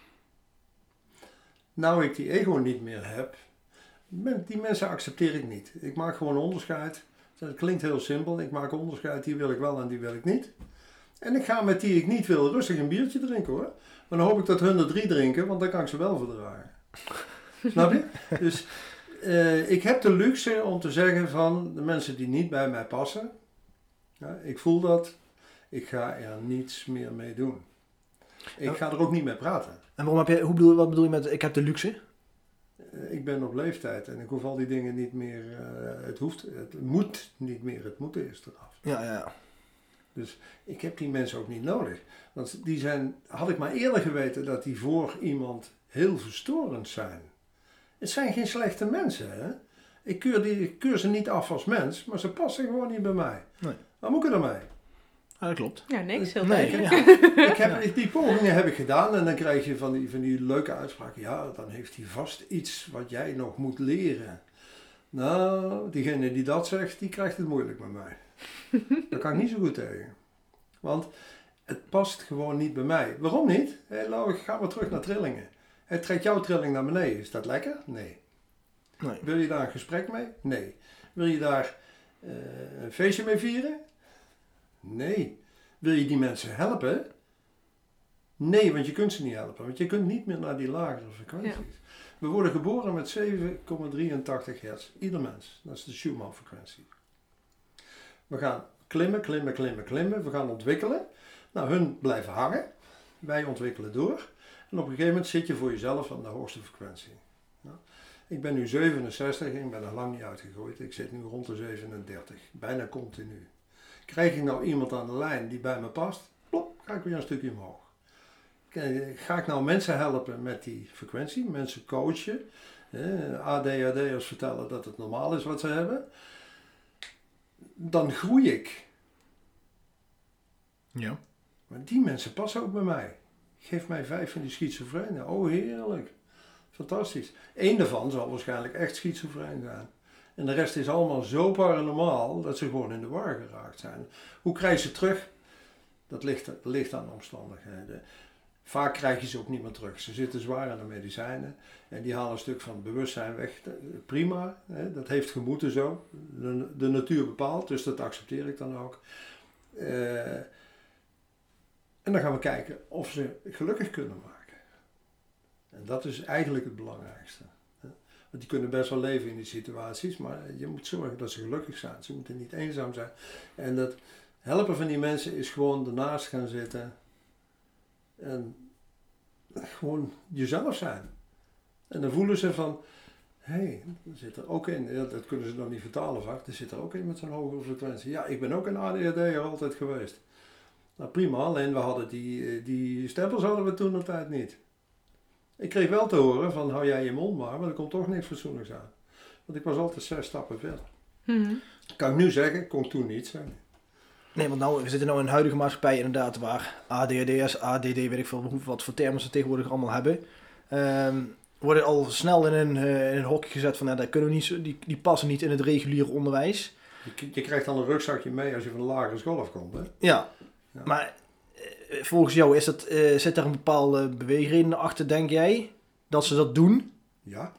Nou ik die ego niet meer heb, die mensen accepteer ik niet. Ik maak gewoon onderscheid. Dat klinkt heel simpel. Ik maak onderscheid, die wil ik wel en die wil ik niet. En ik ga met die ik niet wil rustig een biertje drinken, hoor. Maar dan hoop ik dat hun er 3 drinken, want dan kan ik ze wel verdragen. Snap je? Dus ik heb de luxe om te zeggen van de mensen die niet bij mij passen. Ik voel dat. Ik ga er niets meer mee doen. Ik ga er ook niet mee praten. En wat bedoel je met ik heb de luxe? Ik ben op leeftijd en ik hoef al die dingen niet meer, het moet niet meer, het moeten is eraf. Ja. Dus ik heb die mensen ook niet nodig. Want had ik maar eerder geweten dat die voor iemand heel verstorend zijn. Het zijn geen slechte mensen, hè. Ik keur ze niet af als mens, maar ze passen gewoon niet bij mij. Nee. Wat moet ik ermee? Ja, dat klopt. Ja, niks. Heel Die pogingen heb ik gedaan en dan krijg je van die leuke uitspraken. Ja, dan heeft hij vast iets wat jij nog moet leren. Nou, diegene die dat zegt, die krijgt het moeilijk met mij. Daar kan ik niet zo goed tegen. Want het past gewoon niet bij mij. Waarom niet? Ga maar terug naar trillingen. Het trekt jouw trilling naar beneden. Is dat lekker? Nee. Wil je daar een gesprek mee? Nee. Wil je daar een feestje mee vieren? Nee. Wil je die mensen helpen? Nee, want je kunt ze niet helpen. Want je kunt niet meer naar die lagere frequenties. Ja. We worden geboren met 7,83 hertz. Ieder mens. Dat is de Schumann-frequentie. We gaan klimmen. We gaan ontwikkelen. Nou, hun blijven hangen. Wij ontwikkelen door. En op een gegeven moment zit je voor jezelf aan de hoogste frequentie. Ja. Ik ben nu 67 en ik ben er lang niet uitgegroeid. Ik zit nu rond de 37, bijna continu. Krijg ik nou iemand aan de lijn die bij me past, plop, ga ik weer een stukje omhoog. Ga ik nou mensen helpen met die frequentie, mensen coachen, ADHD'ers vertellen dat het normaal is wat ze hebben, dan groei ik. Ja. Maar die mensen passen ook bij mij. Geef mij 5 van die schizofrenen. Oh, heerlijk. Fantastisch. Eén daarvan zal waarschijnlijk echt schizofreen zijn. En de rest is allemaal zo paranormaal dat ze gewoon in de war geraakt zijn. Hoe krijg je ze terug? Dat ligt aan de omstandigheden. Vaak krijg je ze ook niet meer terug. Ze zitten zwaar aan de medicijnen en die halen een stuk van het bewustzijn weg. Prima, dat heeft gemoeten zo. De natuur bepaalt, dus dat accepteer ik dan ook. En dan gaan we kijken of ze gelukkig kunnen maken. En dat is eigenlijk het belangrijkste. Want die kunnen best wel leven in die situaties, maar je moet zorgen dat ze gelukkig zijn. Ze moeten niet eenzaam zijn. En dat helpen van die mensen is gewoon ernaast gaan zitten en gewoon jezelf zijn. En dan voelen ze van, hé, er zit er ook in, dat kunnen ze nog niet vertalen vaak, er zit er ook in met zo'n hogere frequentie. Ja, ik ben ook een ADHD'er altijd geweest. Nou prima, alleen we hadden die stempels hadden we toen de tijd niet. Ik kreeg wel te horen van, hou jij je mond maar er komt toch niks fatsoenlijks aan. Want ik was altijd 6 stappen verder. Mm-hmm. Kan ik nu zeggen, kon ik toen niet zeggen. Nee, want we zitten nou in een huidige maatschappij inderdaad waar ADHD'ers, ADD, weet ik veel wat voor termen ze tegenwoordig allemaal hebben. Worden al snel in een hokje gezet van, dat kunnen we niet, die passen niet in het reguliere onderwijs. Je krijgt dan een rugzakje mee als je van de lagere school afkomt, hè? Ja. Maar volgens jou zit er een bepaalde beweegreden achter, denk jij, dat ze dat doen? Ja.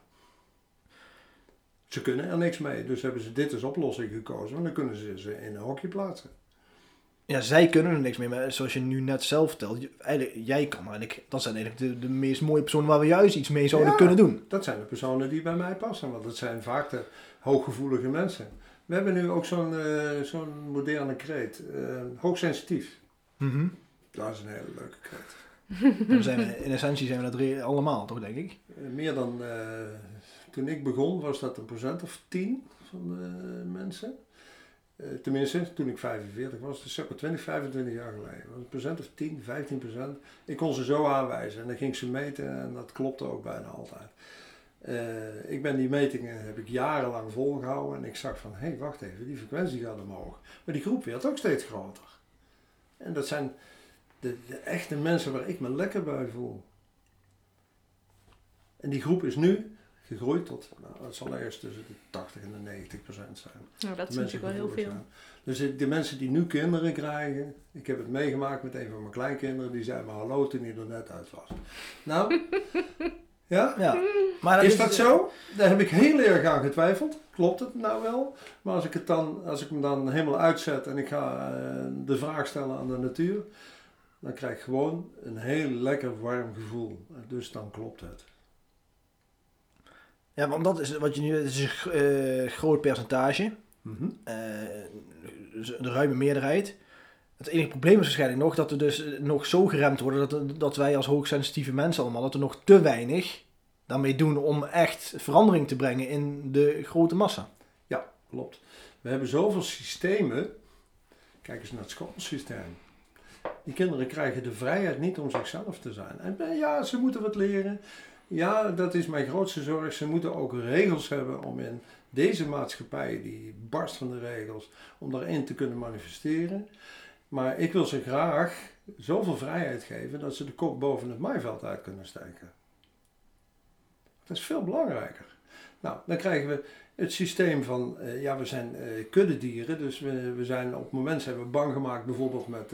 Ze kunnen er niks mee, dus hebben ze dit als oplossing gekozen, want dan kunnen ze in een hokje plaatsen. Ja, zij kunnen er niks mee, maar zoals je nu net zelf vertelt, jij kan eigenlijk, dat zijn eigenlijk de meest mooie personen waar we juist iets mee zouden kunnen doen. Dat zijn de personen die bij mij passen, want dat zijn vaak de hooggevoelige mensen. We hebben nu ook zo'n moderne kreet, hoogsensitief. Mm-hmm. Dat is een hele leuke kreet. In essentie zijn we dat allemaal, toch, denk ik? Meer dan, toen ik begon was dat een procent of 10 van de mensen. Tenminste, toen ik 45 was, dus 25 jaar geleden. Was een procent of 10, 15%. Ik kon ze zo aanwijzen en dan ging ze meten en dat klopte ook bijna altijd. Ik ben die metingen heb ik jarenlang volgehouden en ik zag van, hé, wacht even, die frequentie gaat omhoog. Maar die groep werd ook steeds groter. En dat zijn de echte mensen waar ik me lekker bij voel. En die groep is nu gegroeid tot, het zal ergens tussen de 80 en de 90% zijn. Nou, dat is natuurlijk wel heel veel. Zijn. Dus de mensen die nu kinderen krijgen, ik heb het meegemaakt met een van mijn kleinkinderen, die zei me hallo toen hij er net uit was. Nou, ja? Maar is dat zo? Daar heb ik heel erg aan getwijfeld. Klopt het nou wel? Maar als ik me dan helemaal uitzet en ik ga de vraag stellen aan de natuur, dan krijg ik gewoon een heel lekker warm gevoel. Dus dan klopt het. Ja, want dat is wat je nu, het is een groot percentage. Mm-hmm. De ruime meerderheid. Het enige probleem is waarschijnlijk nog dat we dus nog zo geremd worden dat wij als hoogsensitieve mensen allemaal, dat we nog te weinig daarmee doen om echt verandering te brengen in de grote massa. Ja, klopt. We hebben zoveel systemen. Kijk eens naar het schoolsysteem. Die kinderen krijgen de vrijheid niet om zichzelf te zijn. En ja, ze moeten wat leren. Ja, dat is mijn grootste zorg. Ze moeten ook regels hebben om in deze maatschappij, die barst van de regels, om daarin te kunnen manifesteren. Maar ik wil ze graag zoveel vrijheid geven dat ze de kop boven het maaiveld uit kunnen steken. Dat is veel belangrijker. Nou, dan krijgen we het systeem van, we zijn kuddedieren, dus we zijn op het moment zijn we bang gemaakt bijvoorbeeld met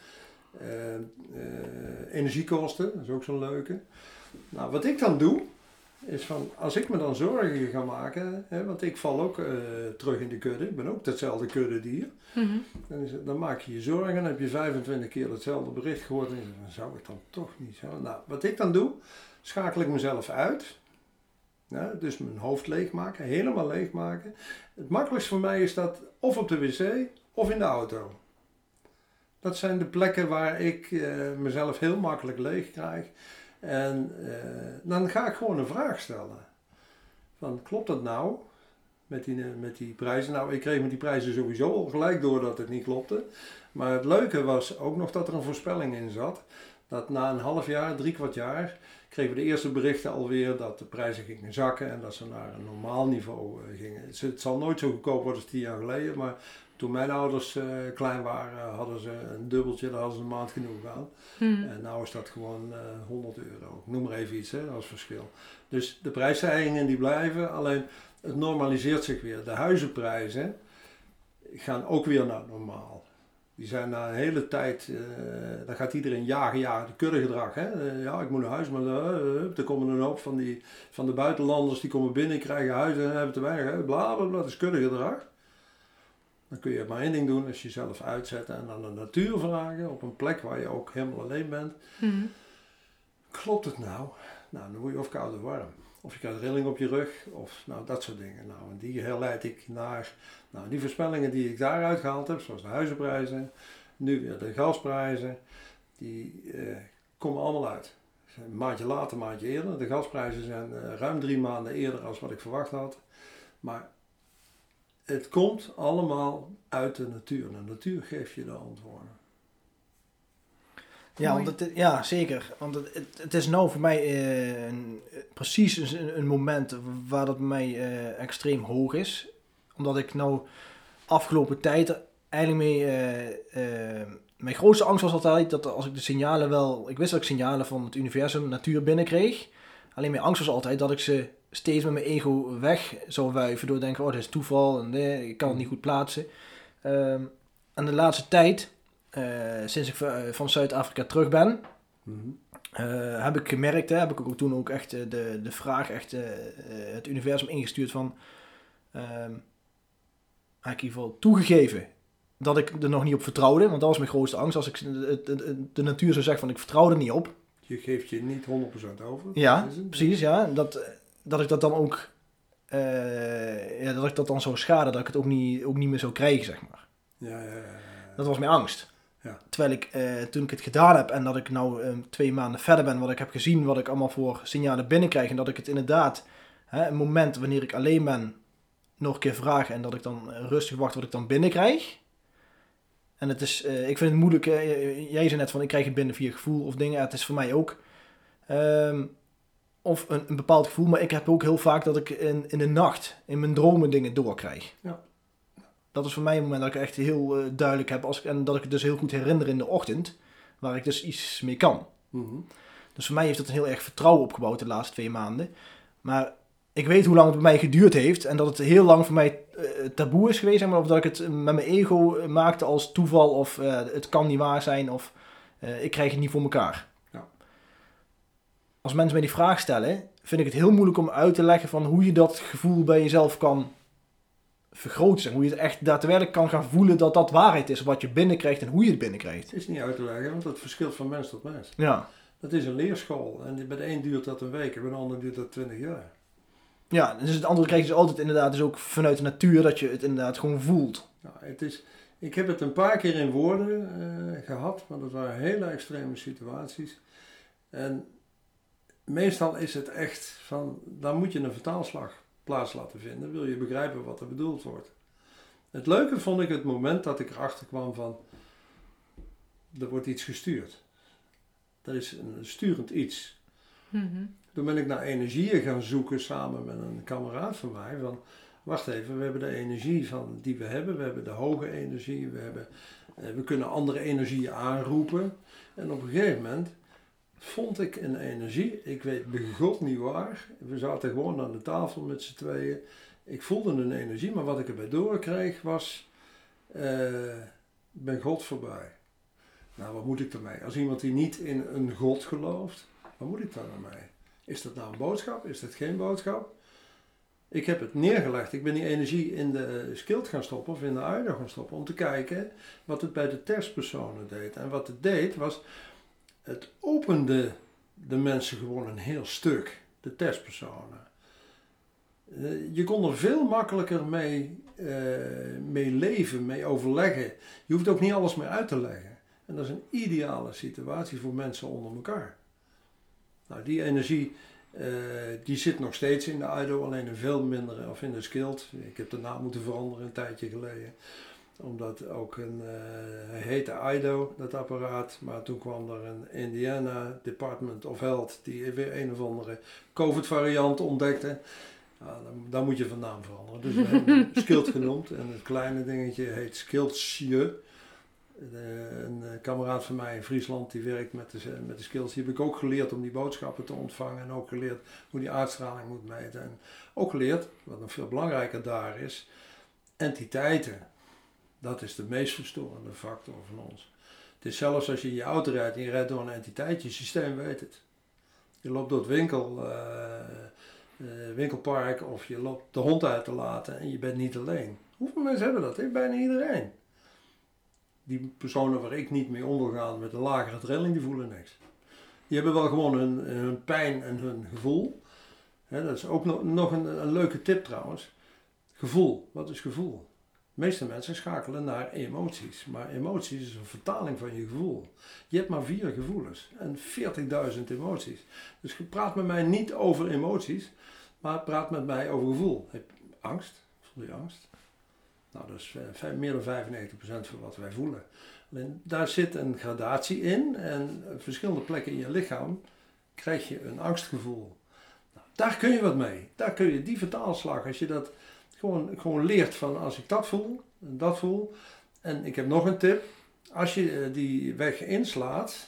energiekosten, dat is ook zo'n leuke. Nou, wat ik dan doe, is van, als ik me dan zorgen ga maken, want ik val ook terug in de kudde, ik ben ook hetzelfde kuddedier. Mm-hmm. Dan maak je je zorgen, dan heb je 25 keer hetzelfde bericht gehoord en je zegt, zou ik dan toch niet zo? Nou, wat ik dan doe, schakel ik mezelf uit. Ja, dus mijn hoofd leegmaken, helemaal leegmaken. Het makkelijkst voor mij is dat of op de wc of in de auto. Dat zijn de plekken waar ik mezelf heel makkelijk leeg krijg. En dan ga ik gewoon een vraag stellen. Van, klopt dat nou met die prijzen? Nou, ik kreeg met die prijzen sowieso al gelijk door dat het niet klopte. Maar het leuke was ook nog dat er een voorspelling in zat. Dat na een half jaar, 3/4 jaar, kregen we de eerste berichten alweer dat de prijzen gingen zakken en dat ze naar een normaal niveau gingen. Het zal nooit zo goedkoop worden als 10 jaar geleden, maar toen mijn ouders klein waren, hadden ze een dubbeltje, daar hadden ze een maand genoeg aan. En nu is dat gewoon €100. Ik noem maar even iets als verschil. Dus de prijsstijgingen die blijven, alleen het normaliseert zich weer. De huizenprijzen gaan ook weer naar normaal. Die zijn na een hele tijd, dan gaat iedereen jagen, de kuddegedrag. Ja, ik moet naar huis, maar er komen een hoop van de buitenlanders die komen binnen, krijgen huizen en hebben te weinig. Bla bla bla, dat is kuddegedrag. Dan kun je maar één ding doen, als je jezelf uitzetten en aan de natuur vragen, op een plek waar je ook helemaal alleen bent. Klopt het nou? Nou, dan word je of koud of warm. Of je krijgt rilling op je rug, of nou, dat soort dingen. Nou, en die herleid ik naar die voorspellingen die ik daaruit gehaald heb, zoals de huizenprijzen, nu weer de gasprijzen, die komen allemaal uit. Een maandje later, een maandje eerder. De gasprijzen zijn ruim 3 maanden eerder als wat ik verwacht had. Maar het komt allemaal uit de natuur. De natuur geeft je de antwoorden. Ja, zeker. Want het is nou voor mij precies een moment waar dat bij mij extreem hoog is. Omdat ik nou afgelopen tijd eigenlijk mijn grootste angst was altijd dat als ik de signalen ik wist dat ik signalen van het universum, natuur binnenkreeg. Alleen mijn angst was altijd dat ik ze steeds met mijn ego weg zou wuiven door te denken, dit is toeval en ik kan het niet goed plaatsen. En de laatste tijd, sinds ik van Zuid-Afrika terug ben, heb ik gemerkt, heb ik ook toen ook echt de vraag het universum ingestuurd van, heb ik in ieder geval toegegeven dat ik er nog niet op vertrouwde, want dat was mijn grootste angst. Als ik de natuur zou zeggen van ik vertrouw er niet op. Je geeft je niet 100% over. Ja, precies, ja. Dat ik dat dan ook, dat ik dat dan zou schaden, dat ik het ook niet meer zou krijgen, zeg maar. Ja. Dat was mijn angst. Ja. Terwijl ik, toen ik het gedaan heb en dat ik nou 2 maanden verder ben, wat ik heb gezien, wat ik allemaal voor signalen binnenkrijg en dat ik het inderdaad, een moment wanneer ik alleen ben, nog een keer vraag en dat ik dan rustig wacht wat ik dan binnenkrijg. En het is, ik vind het moeilijk, jij zei net van ik krijg het binnen via gevoel of dingen, het is voor mij ook of een bepaald gevoel, maar ik heb ook heel vaak dat ik in de nacht, in mijn dromen dingen doorkrijg. Ja. Dat is voor mij een moment dat ik echt heel duidelijk heb en dat ik het dus heel goed herinner in de ochtend, waar ik dus iets mee kan. Mm-hmm. Dus voor mij heeft het een heel erg vertrouwen opgebouwd de laatste 2 maanden. Maar ik weet hoe lang het bij mij geduurd heeft en dat het heel lang voor mij taboe is geweest, zeg maar, of dat ik het met mijn ego maakte als toeval of het kan niet waar zijn of ik krijg het niet voor elkaar. Ja. Als mensen mij die vraag stellen, vind ik het heel moeilijk om uit te leggen van hoe je dat gevoel bij jezelf kan vergroten. Zeg. Hoe je het echt daadwerkelijk kan gaan voelen dat dat waarheid is, wat je binnenkrijgt en hoe je het binnenkrijgt. Het is niet uit te leggen, want dat verschilt van mens tot mens. Ja. Dat is een leerschool en bij de een duurt dat een week en bij de ander duurt dat 20 jaar. Ja, dus het andere krijg je dus altijd inderdaad dus ook vanuit de natuur dat je het inderdaad gewoon voelt. Nou, ik heb het een paar keer in woorden gehad, maar dat waren hele extreme situaties. En meestal is het echt van, dan moet je een vertaalslag plaats laten vinden, wil je begrijpen wat er bedoeld wordt. Het leuke vond ik het moment dat ik erachter kwam van, er wordt iets gestuurd. Dat is een sturend iets. Mm-hmm. Toen ben ik naar energieën gaan zoeken samen met een kameraad van mij. Van, wacht even, we hebben de energie die we hebben de hoge energie, we kunnen andere energieën aanroepen. En op een gegeven moment vond ik een energie, ik weet bij God niet waar, we zaten gewoon aan de tafel met z'n tweeën. Ik voelde een energie, maar wat ik erbij doorkreeg was, ben God voorbij. Nou, wat moet ik ermee? Als iemand die niet in een God gelooft, wat moet ik daar nou mee? Is dat nou een boodschap? Is dat geen boodschap? Ik heb het neergelegd. Ik ben die energie in de schild gaan stoppen of in de uider gaan stoppen om te kijken wat het bij de testpersonen deed. En wat het deed was, het opende de mensen gewoon een heel stuk, de testpersonen. Je kon er veel makkelijker mee leven, mee overleggen. Je hoeft ook niet alles meer uit te leggen. En dat is een ideale situatie voor mensen onder elkaar. Nou, die energie die zit nog steeds in de Aido, alleen een veel mindere, of in de Skild. Ik heb de naam moeten veranderen een tijdje geleden. Omdat ook hij heette Aido, dat apparaat. Maar toen kwam er een Indiana Department of Health die weer een of andere COVID-variant ontdekte. Ja, dan moet je van naam veranderen. Dus we hebben hem Skild genoemd. En het kleine dingetje heet Skildsje. Een kameraad van mij in Friesland die werkt met de Skills. Die heb ik ook geleerd om die boodschappen te ontvangen. En ook geleerd hoe die uitstraling moet meten. En ook geleerd, wat nog veel belangrijker daar is, entiteiten. Dat is de meest verstorende factor van ons. Het is zelfs als je in je auto rijdt en je rijdt door een entiteit, je systeem weet het. Je loopt door het winkelpark of je loopt de hond uit te laten en je bent niet alleen. Hoeveel mensen hebben dat? Bijna iedereen. Die personen waar ik niet mee om wil gaan met een lagere trilling, die voelen niks. Die hebben wel gewoon hun pijn en hun gevoel. Dat is ook nog een leuke tip trouwens. Gevoel. Wat is gevoel? De meeste mensen schakelen naar emoties. Maar emoties is een vertaling van je gevoel. Je hebt maar 4 gevoelens en 40.000 emoties. Dus je praat met mij niet over emoties, maar praat met mij over gevoel. Heb je angst? Voel je angst? Nou, dat is meer dan 95% van wat wij voelen. Alleen daar zit een gradatie in en op verschillende plekken in je lichaam krijg je een angstgevoel. Nou, daar kun je wat mee. Daar kun je die vertaalslag, als je dat gewoon leert van als ik dat voel en dat voel. En ik heb nog een tip. Als je die weg inslaat,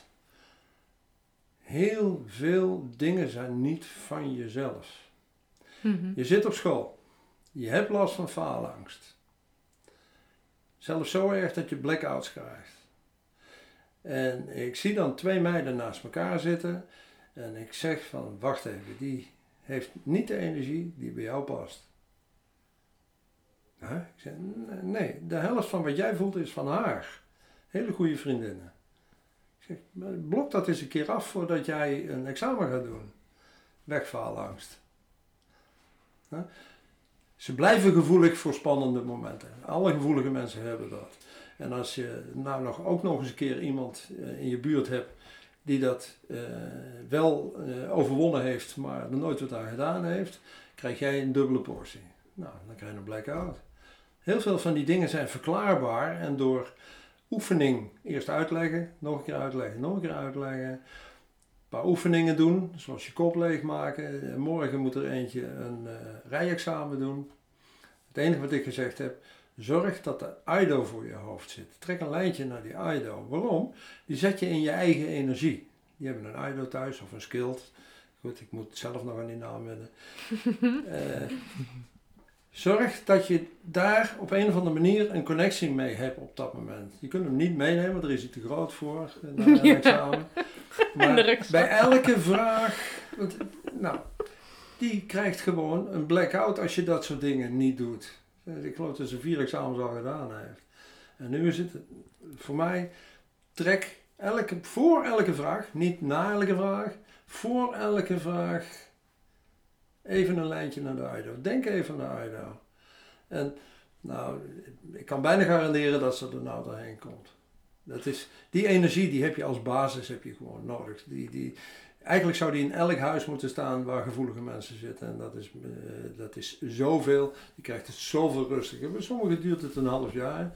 heel veel dingen zijn niet van jezelf. Mm-hmm. Je zit op school. Je hebt last van faalangst. Zelfs zo erg dat je blackouts krijgt. En ik zie dan 2 meiden naast elkaar zitten. En ik zeg van, wacht even, die heeft niet de energie die bij jou past. Ik zeg, nee, de helft van wat jij voelt is van haar. Hele goede vriendinnen. Ik zeg, blok dat eens een keer af voordat jij een examen gaat doen. Wegfaalangst. Ze blijven gevoelig voor spannende momenten. Alle gevoelige mensen hebben dat. En als je nou ook nog eens een keer iemand in je buurt hebt die dat wel overwonnen heeft, maar er nooit wat aan gedaan heeft, krijg jij een dubbele portie. Nou, dan krijg je een blackout. Heel veel van die dingen zijn verklaarbaar en door oefening eerst uitleggen, nog een keer uitleggen, nog een keer uitleggen. Een paar oefeningen doen, zoals je kop leegmaken. Morgen moet er eentje een rijexamen doen. Het enige wat ik gezegd heb, zorg dat de Aido voor je hoofd zit. Trek een lijntje naar die Aido. Waarom? Die zet je in je eigen energie. Die hebben een Aido thuis of een Skild. Goed, ik moet zelf nog aan die naam wennen. Zorg dat je daar op een of andere manier een connectie mee hebt op dat moment. Je kunt hem niet meenemen, want daar is hij te groot voor. Een examen. Maar bij elke vraag, die krijgt gewoon een blackout als je dat soort dingen niet doet. Ik geloof dat ze 4 examens al gedaan heeft. En nu is het voor mij, trek voor elke vraag, niet na elke vraag, voor elke vraag even een lijntje naar de Aido. Denk even naar de Aido. En nou, ik kan bijna garanderen dat ze er nou doorheen komt. Dat is, die energie die heb je als basis heb je gewoon nodig. Eigenlijk zou die in elk huis moeten staan waar gevoelige mensen zitten. En dat is zoveel. Je krijgt het zoveel rustiger. Bij sommigen duurt het een half jaar.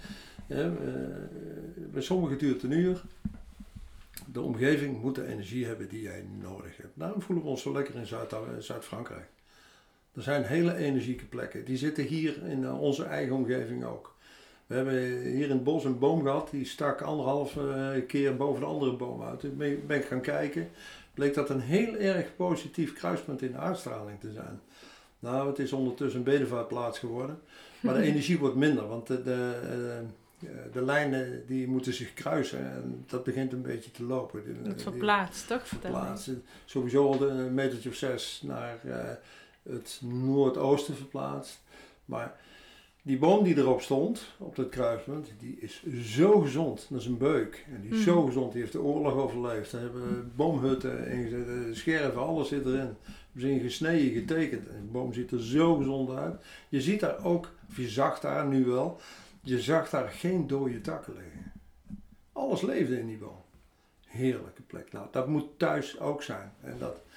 Bij sommigen duurt het een uur. De omgeving moet de energie hebben die jij nodig hebt. Daarom voelen we ons zo lekker in Zuid-Frankrijk. Er zijn hele energieke plekken. Die zitten hier in onze eigen omgeving ook. We hebben hier in het bos een boom gehad. Die stak 1,5 keer boven de andere boom uit. Toen ben ik gaan kijken. Bleek dat een heel erg positief kruispunt in de uitstraling te zijn. Nou, het is ondertussen een bedevaartplaats geworden. Maar de energie wordt minder. Want de lijnen die moeten zich kruisen. En dat begint een beetje te lopen. Het verplaatst, toch? Verplaatsen. Sowieso al een metertje of 6 naar het noordoosten verplaatst. Maar die boom die erop stond, op dat kruispunt, die is zo gezond. Dat is een beuk. En die is zo gezond. Die heeft de oorlog overleefd. Daar hebben boomhutten ingezet, scherven, alles zit erin. We zijn gesneden, getekend. En de boom ziet er zo gezond uit. Je ziet daar ook, of je zag daar nu wel, je zag daar geen dode takken liggen. Alles leefde in die boom. Heerlijke plek. Nou, dat moet thuis ook zijn. En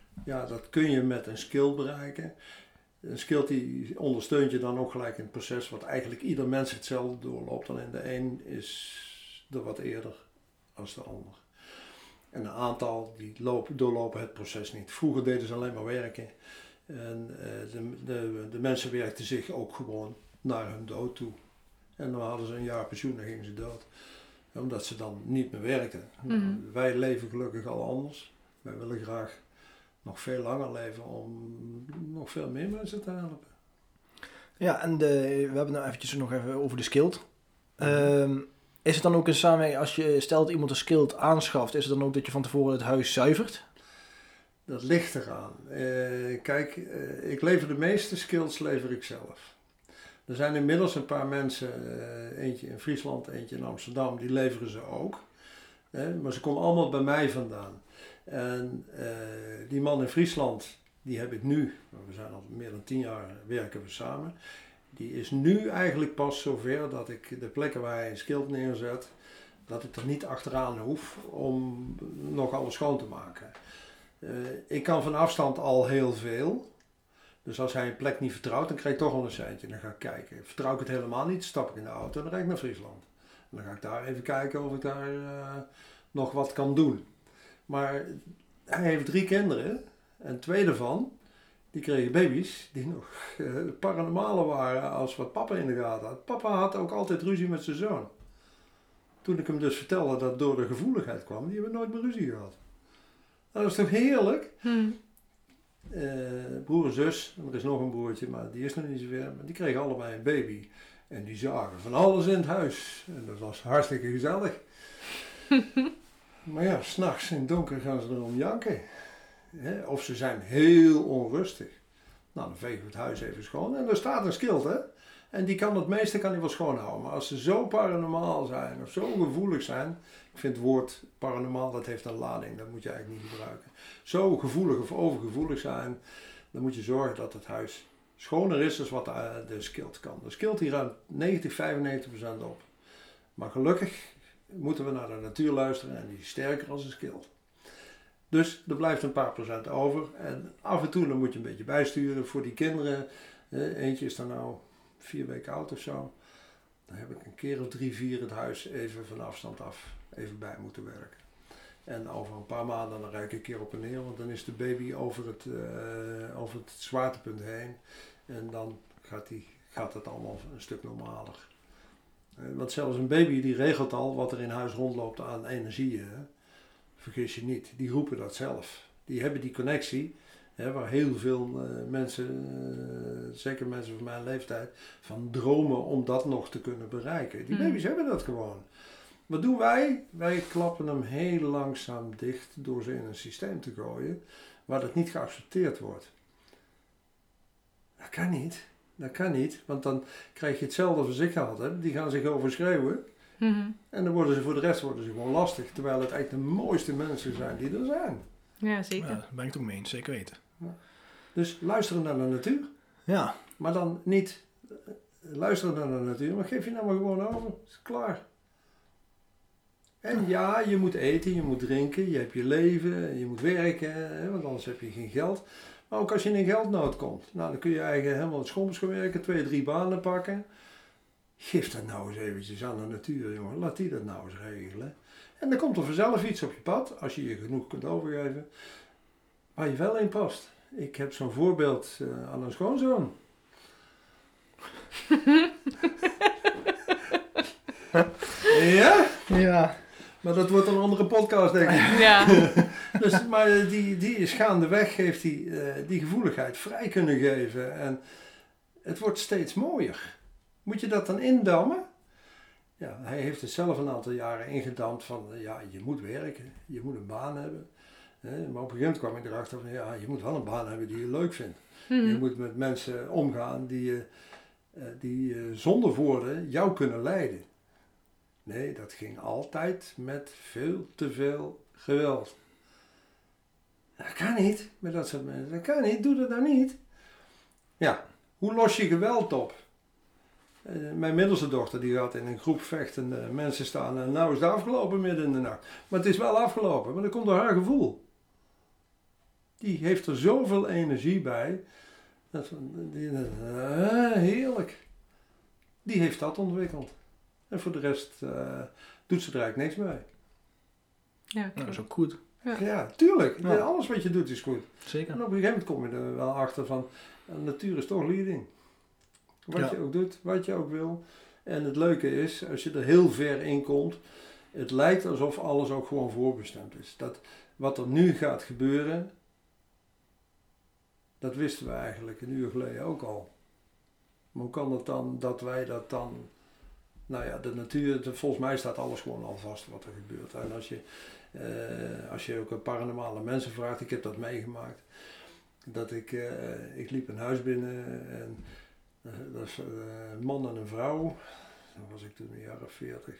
Ja, dat kun je met een skill bereiken. Een skill die ondersteunt je dan ook gelijk in het proces wat eigenlijk ieder mens hetzelfde doorloopt. Alleen de een is er wat eerder als de ander. En een aantal die doorlopen het proces niet. Vroeger deden ze alleen maar werken. En de mensen werkten zich ook gewoon naar hun dood toe. En dan hadden ze een jaar pensioen en dan gingen ze dood. Omdat ze dan niet meer werkten. Mhm. Wij leven gelukkig al anders. Wij willen graag nog veel langer leven om nog veel meer mensen te helpen. Ja, en we hebben het nou eventjes nog even over de skilled. Is het dan ook een samenwerking, als je stelt dat iemand een skilled aanschaft, is het dan ook dat je van tevoren het huis zuivert? Dat ligt eraan. Kijk, ik lever de meeste skills lever ik zelf. Er zijn inmiddels een paar mensen, eentje in Friesland, eentje in Amsterdam, die leveren ze ook. Maar ze komen allemaal bij mij vandaan. En die man in Friesland, die heb ik nu, we zijn al meer dan 10 jaar werken we samen. Die is nu eigenlijk pas zover dat ik de plekken waar hij een skill neerzet, dat ik er niet achteraan hoef om nog alles schoon te maken. Ik kan van afstand al heel veel. Dus als hij een plek niet vertrouwt, dan krijg ik toch al een seintje. Dan ga ik kijken. Vertrouw ik het helemaal niet, stap ik in de auto en dan rijd ik naar Friesland. En dan ga ik daar even kijken of ik daar nog wat kan doen. Maar hij heeft 3 kinderen en 2 daarvan, die kregen baby's die nog paranormaler waren als wat papa in de gaten had. Papa had ook altijd ruzie met zijn zoon. Toen ik hem dus vertelde dat het door de gevoeligheid kwam, die hebben nooit meer ruzie gehad. Nou, dat is toch heerlijk? Broer en zus, en er is nog een broertje, maar die is nog niet zover. Maar die kregen allebei een baby. En die zagen van alles in het huis. En dat was hartstikke gezellig. Maar ja, 's nachts in het donker gaan ze erom janken. Of ze zijn heel onrustig. Nou, dan vegen we het huis even schoon. En er staat een skill, hè. En die kan het meeste wel schoonhouden. Maar als ze zo paranormaal zijn of zo gevoelig zijn. Ik vind het woord paranormaal, dat heeft een lading. Dat moet je eigenlijk niet gebruiken. Zo gevoelig of overgevoelig zijn. Dan moet je zorgen dat het huis schoner is dan wat de skilt kan. De skilt die ruimt 90-95% op. Maar gelukkig moeten we naar de natuur luisteren en die is sterker als een skilt. Dus er blijft een paar procent over. En af en toe dan moet je een beetje bijsturen voor die kinderen. Eentje is dan nou 4 weken oud of zo. Dan heb ik een keer of 3, 4 het huis even van afstand af even bij moeten werken. En over een paar maanden dan rijd ik een keer op en neer, want dan is de baby over het zwaartepunt heen. En dan gaat het allemaal een stuk normaler. Want zelfs een baby die regelt al wat er in huis rondloopt aan energieën. Vergis je niet, die roepen dat zelf. Die hebben die connectie, waar heel veel mensen, zeker mensen van mijn leeftijd, van dromen om dat nog te kunnen bereiken. Die baby's hebben dat gewoon. Wat doen wij? Wij klappen hem heel langzaam dicht door ze in een systeem te gooien waar dat niet geaccepteerd wordt. Dat kan niet. Dat kan niet, want dan krijg je hetzelfde als ik gehad heb. Die gaan zich overschreeuwen. En dan worden ze voor de rest gewoon lastig. Terwijl het eigenlijk de mooiste mensen zijn die er zijn. Ja, zeker. Ja, daar ben ik het ook mee eens, zeker weten. Ja. Dus luisteren naar de natuur. Ja. Maar dan niet luisteren naar de natuur, maar geef je nou maar gewoon over. Is klaar. En ja, je moet eten, je moet drinken, je hebt je leven, je moet werken, want anders heb je geen geld. Maar ook als je in geldnood komt, nou, dan kun je eigenlijk helemaal het schommels gaan werken, 2, 3 banen pakken. Geef dat nou eens eventjes aan de natuur, jongen. Laat die dat nou eens regelen. En dan komt er vanzelf iets op je pad, als je je genoeg kunt overgeven, waar je wel in past. Ik heb zo'n voorbeeld aan een schoonzoon. Ja? Ja. Maar dat wordt een andere podcast, denk ik. Ja. Dus, maar die is gaandeweg, heeft die gevoeligheid vrij kunnen geven. En het wordt steeds mooier. Moet je dat dan indammen? Ja, hij heeft het zelf een aantal jaren ingedamd van, ja, je moet werken, je moet een baan hebben. Maar op een gegeven moment kwam ik erachter van, ja, je moet wel een baan hebben die je leuk vindt. Je moet met mensen omgaan die zonder woorden jou kunnen leiden. Nee, dat ging altijd met veel te veel geweld. Dat kan niet, met dat soort mensen. Dat kan niet, doe dat nou niet. Ja, hoe los je geweld op? Mijn middelste dochter die gaat in een groep vechtende mensen staan en nou is het afgelopen midden in de nacht. Maar het is wel afgelopen, maar dat komt door haar gevoel. Die heeft er zoveel energie bij. Heerlijk. Die heeft dat ontwikkeld. En voor de rest doet ze er eigenlijk niks mee. Ja, Dat is ook goed. Ja, tuurlijk. Ja. Alles wat je doet is goed. Zeker. En op een gegeven moment kom je er wel achter van, de natuur is toch leading. Wat je ook doet, wat je ook wil. En het leuke is, als je er heel ver in komt, het lijkt alsof alles ook gewoon voorbestemd is. Dat wat er nu gaat gebeuren, dat wisten we eigenlijk een uur geleden ook al. Maar hoe kan het dan dat wij dat dan... Nou ja, de natuur, volgens mij staat alles gewoon al vast wat er gebeurt. En als je ook een paranormale mensen vraagt, ik heb dat meegemaakt. Dat ik liep een huis binnen en dat is een man en een vrouw. Dan was ik toen een jaar of 40.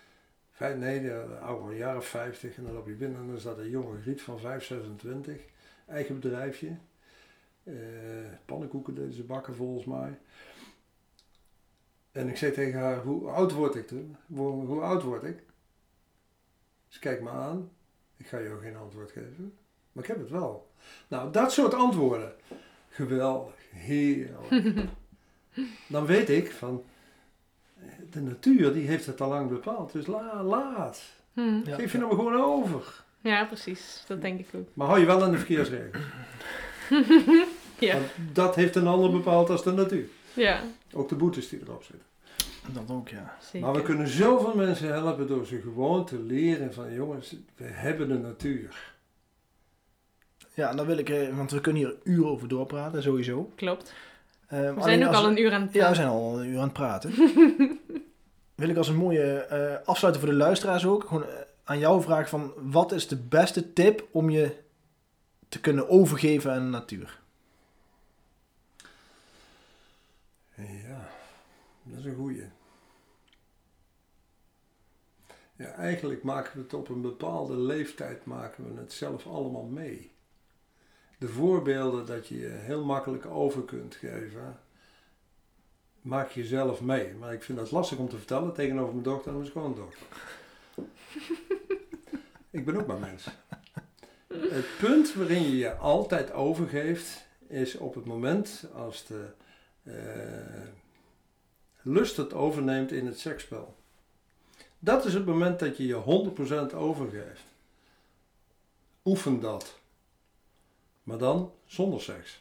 Oude jaar of 50. En dan loop je binnen en dan staat een jonge griet van 26. Eigen bedrijfje. Pannenkoeken deden ze bakken volgens mij. En ik zei tegen haar, hoe oud word ik toen? Hoe oud word ik? Ze kijkt me aan. Ik ga jou geen antwoord geven. Maar ik heb het wel. Nou, dat soort antwoorden. Geweldig. Heerlijk. Dan weet ik van... De natuur die heeft het al lang bepaald. Dus laat. Geef je nou maar gewoon over. Ja, precies. Dat denk ik ook. Maar hou je wel aan de verkeersregels. Ja. Want dat heeft een ander bepaald als de natuur. Ja. Ook de boetes die erop zitten. Dat ook, ja. Zeker. Maar we kunnen zoveel mensen helpen door ze gewoon te leren van jongens, we hebben de natuur. Ja, dan wil ik, want we kunnen hier uren over doorpraten, sowieso. Klopt. We We zijn ook al een uur aan het Ja, we zijn al een uur aan het praten. Wil ik als een mooie afsluiten voor de luisteraars ook, gewoon aan jou vragen van, wat is de beste tip om je te kunnen overgeven aan de natuur? Ja, dat is een goeie. Ja, eigenlijk maken we het op een bepaalde leeftijd maken we het zelf allemaal mee. De voorbeelden dat je heel makkelijk over kunt geven, maak je zelf mee. Maar ik vind dat lastig om te vertellen tegenover mijn dochter en mijn schoondochter. Ik ben ook maar mens. Het punt waarin je je altijd overgeeft, is op het moment als de lust het overneemt in het seksspel. Dat is het moment dat je je 100% overgeeft. Oefen dat. Maar dan zonder seks.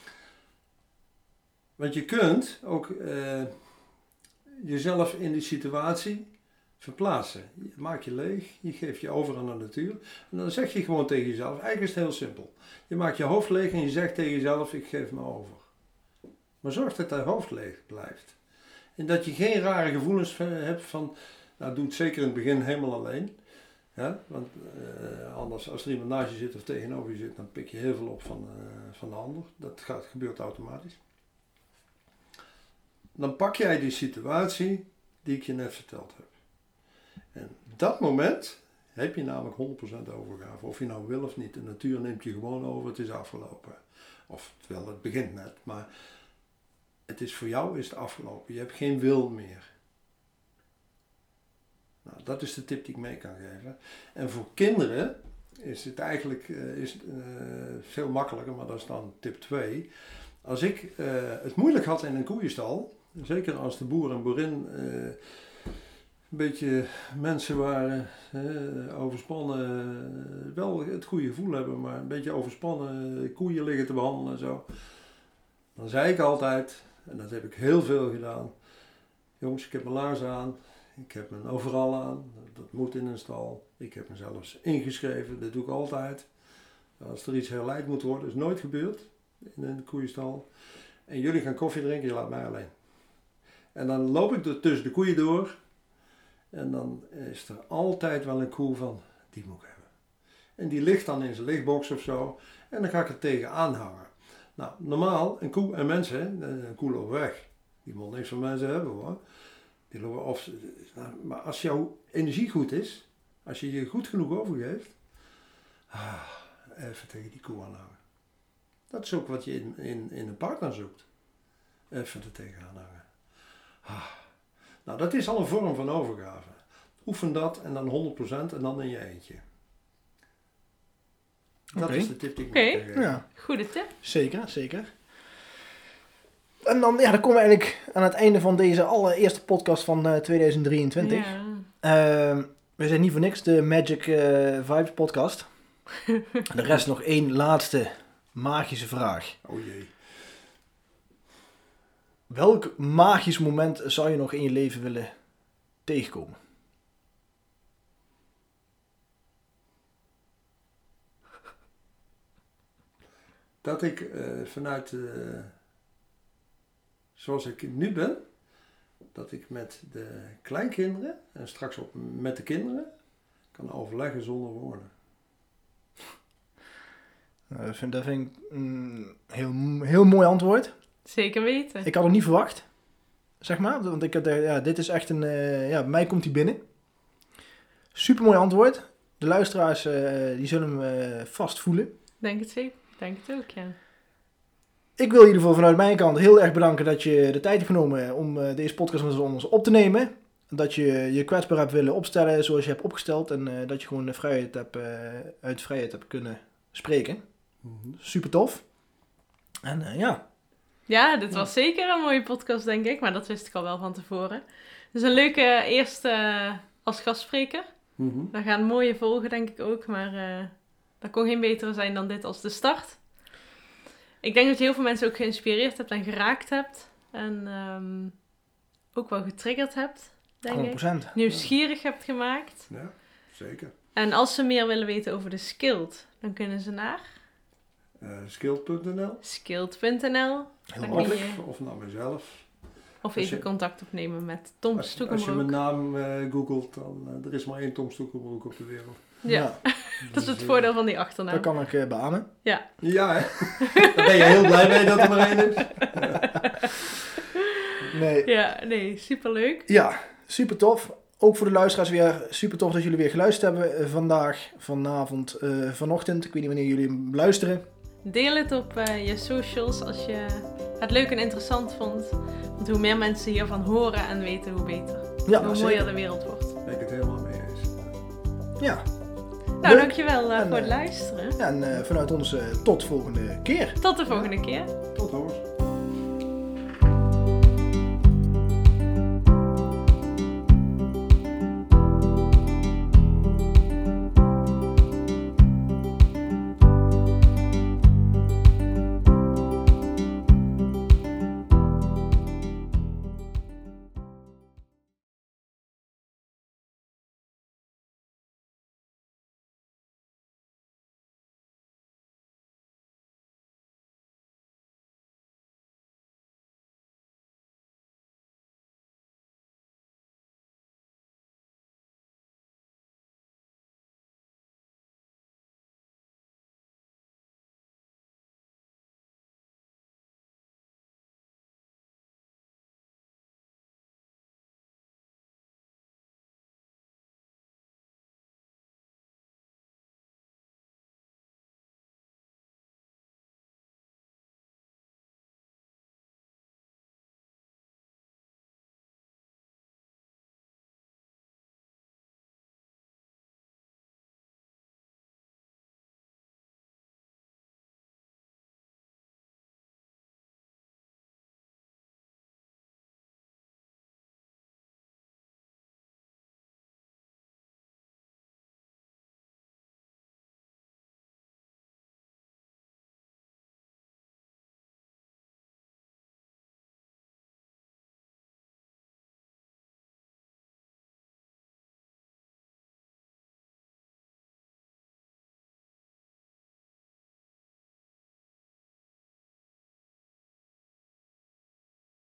Want je kunt ook jezelf in die situatie verplaatsen. Je maakt je leeg, je geeft je over aan de natuur. En dan zeg je gewoon tegen jezelf, eigenlijk is het heel simpel. Je maakt je hoofd leeg en je zegt tegen jezelf, ik geef me over. Maar zorg dat dat hoofd leeg blijft. En dat je geen rare gevoelens hebt van, nou doe het zeker in het begin helemaal alleen. Ja, want anders als er iemand naast je zit of tegenover je zit, dan pik je heel veel op van de ander. Dat gebeurt automatisch. Dan pak jij die situatie die ik je net verteld heb. En dat moment heb je namelijk 100% overgave. Of je nou wil of niet. De natuur neemt je gewoon over, het is afgelopen. Of terwijl het begint net, maar het is voor jou is het afgelopen. Je hebt geen wil meer. Nou, dat is de tip die ik mee kan geven. En voor kinderen is het eigenlijk veel makkelijker, maar dat is dan tip 2. Als ik het moeilijk had in een koeienstal, zeker als de boer en boerin een beetje mensen waren, overspannen, wel het goede gevoel hebben, maar een beetje overspannen koeien liggen te behandelen en zo. Dan zei ik altijd, en dat heb ik heel veel gedaan, jongens, ik heb mijn laarzen aan. Ik heb mijn overal aan, dat moet in een stal. Ik heb me zelfs ingeschreven, dat doe ik altijd. Als er iets herleid moet worden, is nooit gebeurd in een koeienstal. En jullie gaan koffie drinken, je laat mij alleen. En dan loop ik er tussen de koeien door. En dan is er altijd wel een koe van, die moet ik hebben. En die ligt dan in zijn lichtbox of zo. En dan ga ik er tegenaan hangen. Nou, normaal, een koe en mensen, een koe loopt weg. Die moet niks van mensen hebben hoor. Maar als jouw energie goed is, als je je goed genoeg overgeeft, even tegen die koe aanhangen. Dat is ook wat je in een partner zoekt. Even er tegenaan hangen. Nou, dat is al een vorm van overgave. Oefen dat en dan 100% en dan in je eentje. Dat Oké. is de tip die ik Oké. moet geven. Ja, Goede tip. zeker. En dan komen we eigenlijk aan het einde van deze allereerste podcast van 2023. Ja. We zijn niet voor niks de Magic Vibes podcast. De rest nog één laatste magische vraag. Oh jee. Welk magisch moment zou je nog in je leven willen tegenkomen? Dat ik vanuit zoals ik nu ben, dat ik met de kleinkinderen en straks ook met de kinderen kan overleggen zonder woorden. Dat vind ik een heel mooi antwoord. Zeker weten. Ik had het niet verwacht, zeg maar. Want ik had, dit is echt bij mij komt hij binnen. Super mooi antwoord. De luisteraars die zullen hem vast voelen. Denk het zeker. Denk het ook, ja. Ik wil in ieder geval vanuit mijn kant heel erg bedanken dat je de tijd hebt genomen om deze podcast met ons op te nemen. Dat je je kwetsbaar hebt willen opstellen zoals je hebt opgesteld. En dat je gewoon uit vrijheid hebt kunnen spreken. Super tof. En Ja, dit was zeker een mooie podcast, denk ik. Maar dat wist ik al wel van tevoren. Dus een leuke eerste als gastspreker. Daar gaan mooie volgen, denk ik ook. Maar dat kon geen betere zijn dan dit als de start. Ik denk dat je heel veel mensen ook geïnspireerd hebt en geraakt hebt. En ook wel getriggerd hebt, denk 100%. ik. Nieuwsgierig hebt gemaakt. Ja, zeker. En als ze meer willen weten over de Skilled, dan kunnen ze naar Skilled.nl. skilled.nl. Heel Of, makkelijk. of naar mezelf. Of Als even je- contact opnemen met Tom Als je mijn Stoekenbroek. naam googelt, dan er is maar één Tom Stoekenbroek op de wereld. Ja, dat is het Dus, voordeel van die achternaam. Dat kan ik beamen. Ja, hè? Daar ben je heel blij mee dat er maar één is. Nee. Ja, nee, superleuk. Ja, super tof. Ook voor de luisteraars weer super tof dat jullie weer geluisterd hebben vandaag, vanavond, vanochtend. Ik weet niet wanneer jullie hem luisteren. Deel het op je socials als je het leuk en interessant vond. Want hoe meer mensen hiervan horen en weten, hoe beter. Ja, hoe zeker. mooier de wereld wordt. Daar ben ik het helemaal mee eens. Ja, Nou, Leuk. dankjewel En, voor het luisteren. en vanuit ons tot volgende keer. Tot de volgende keer. Tot hoors.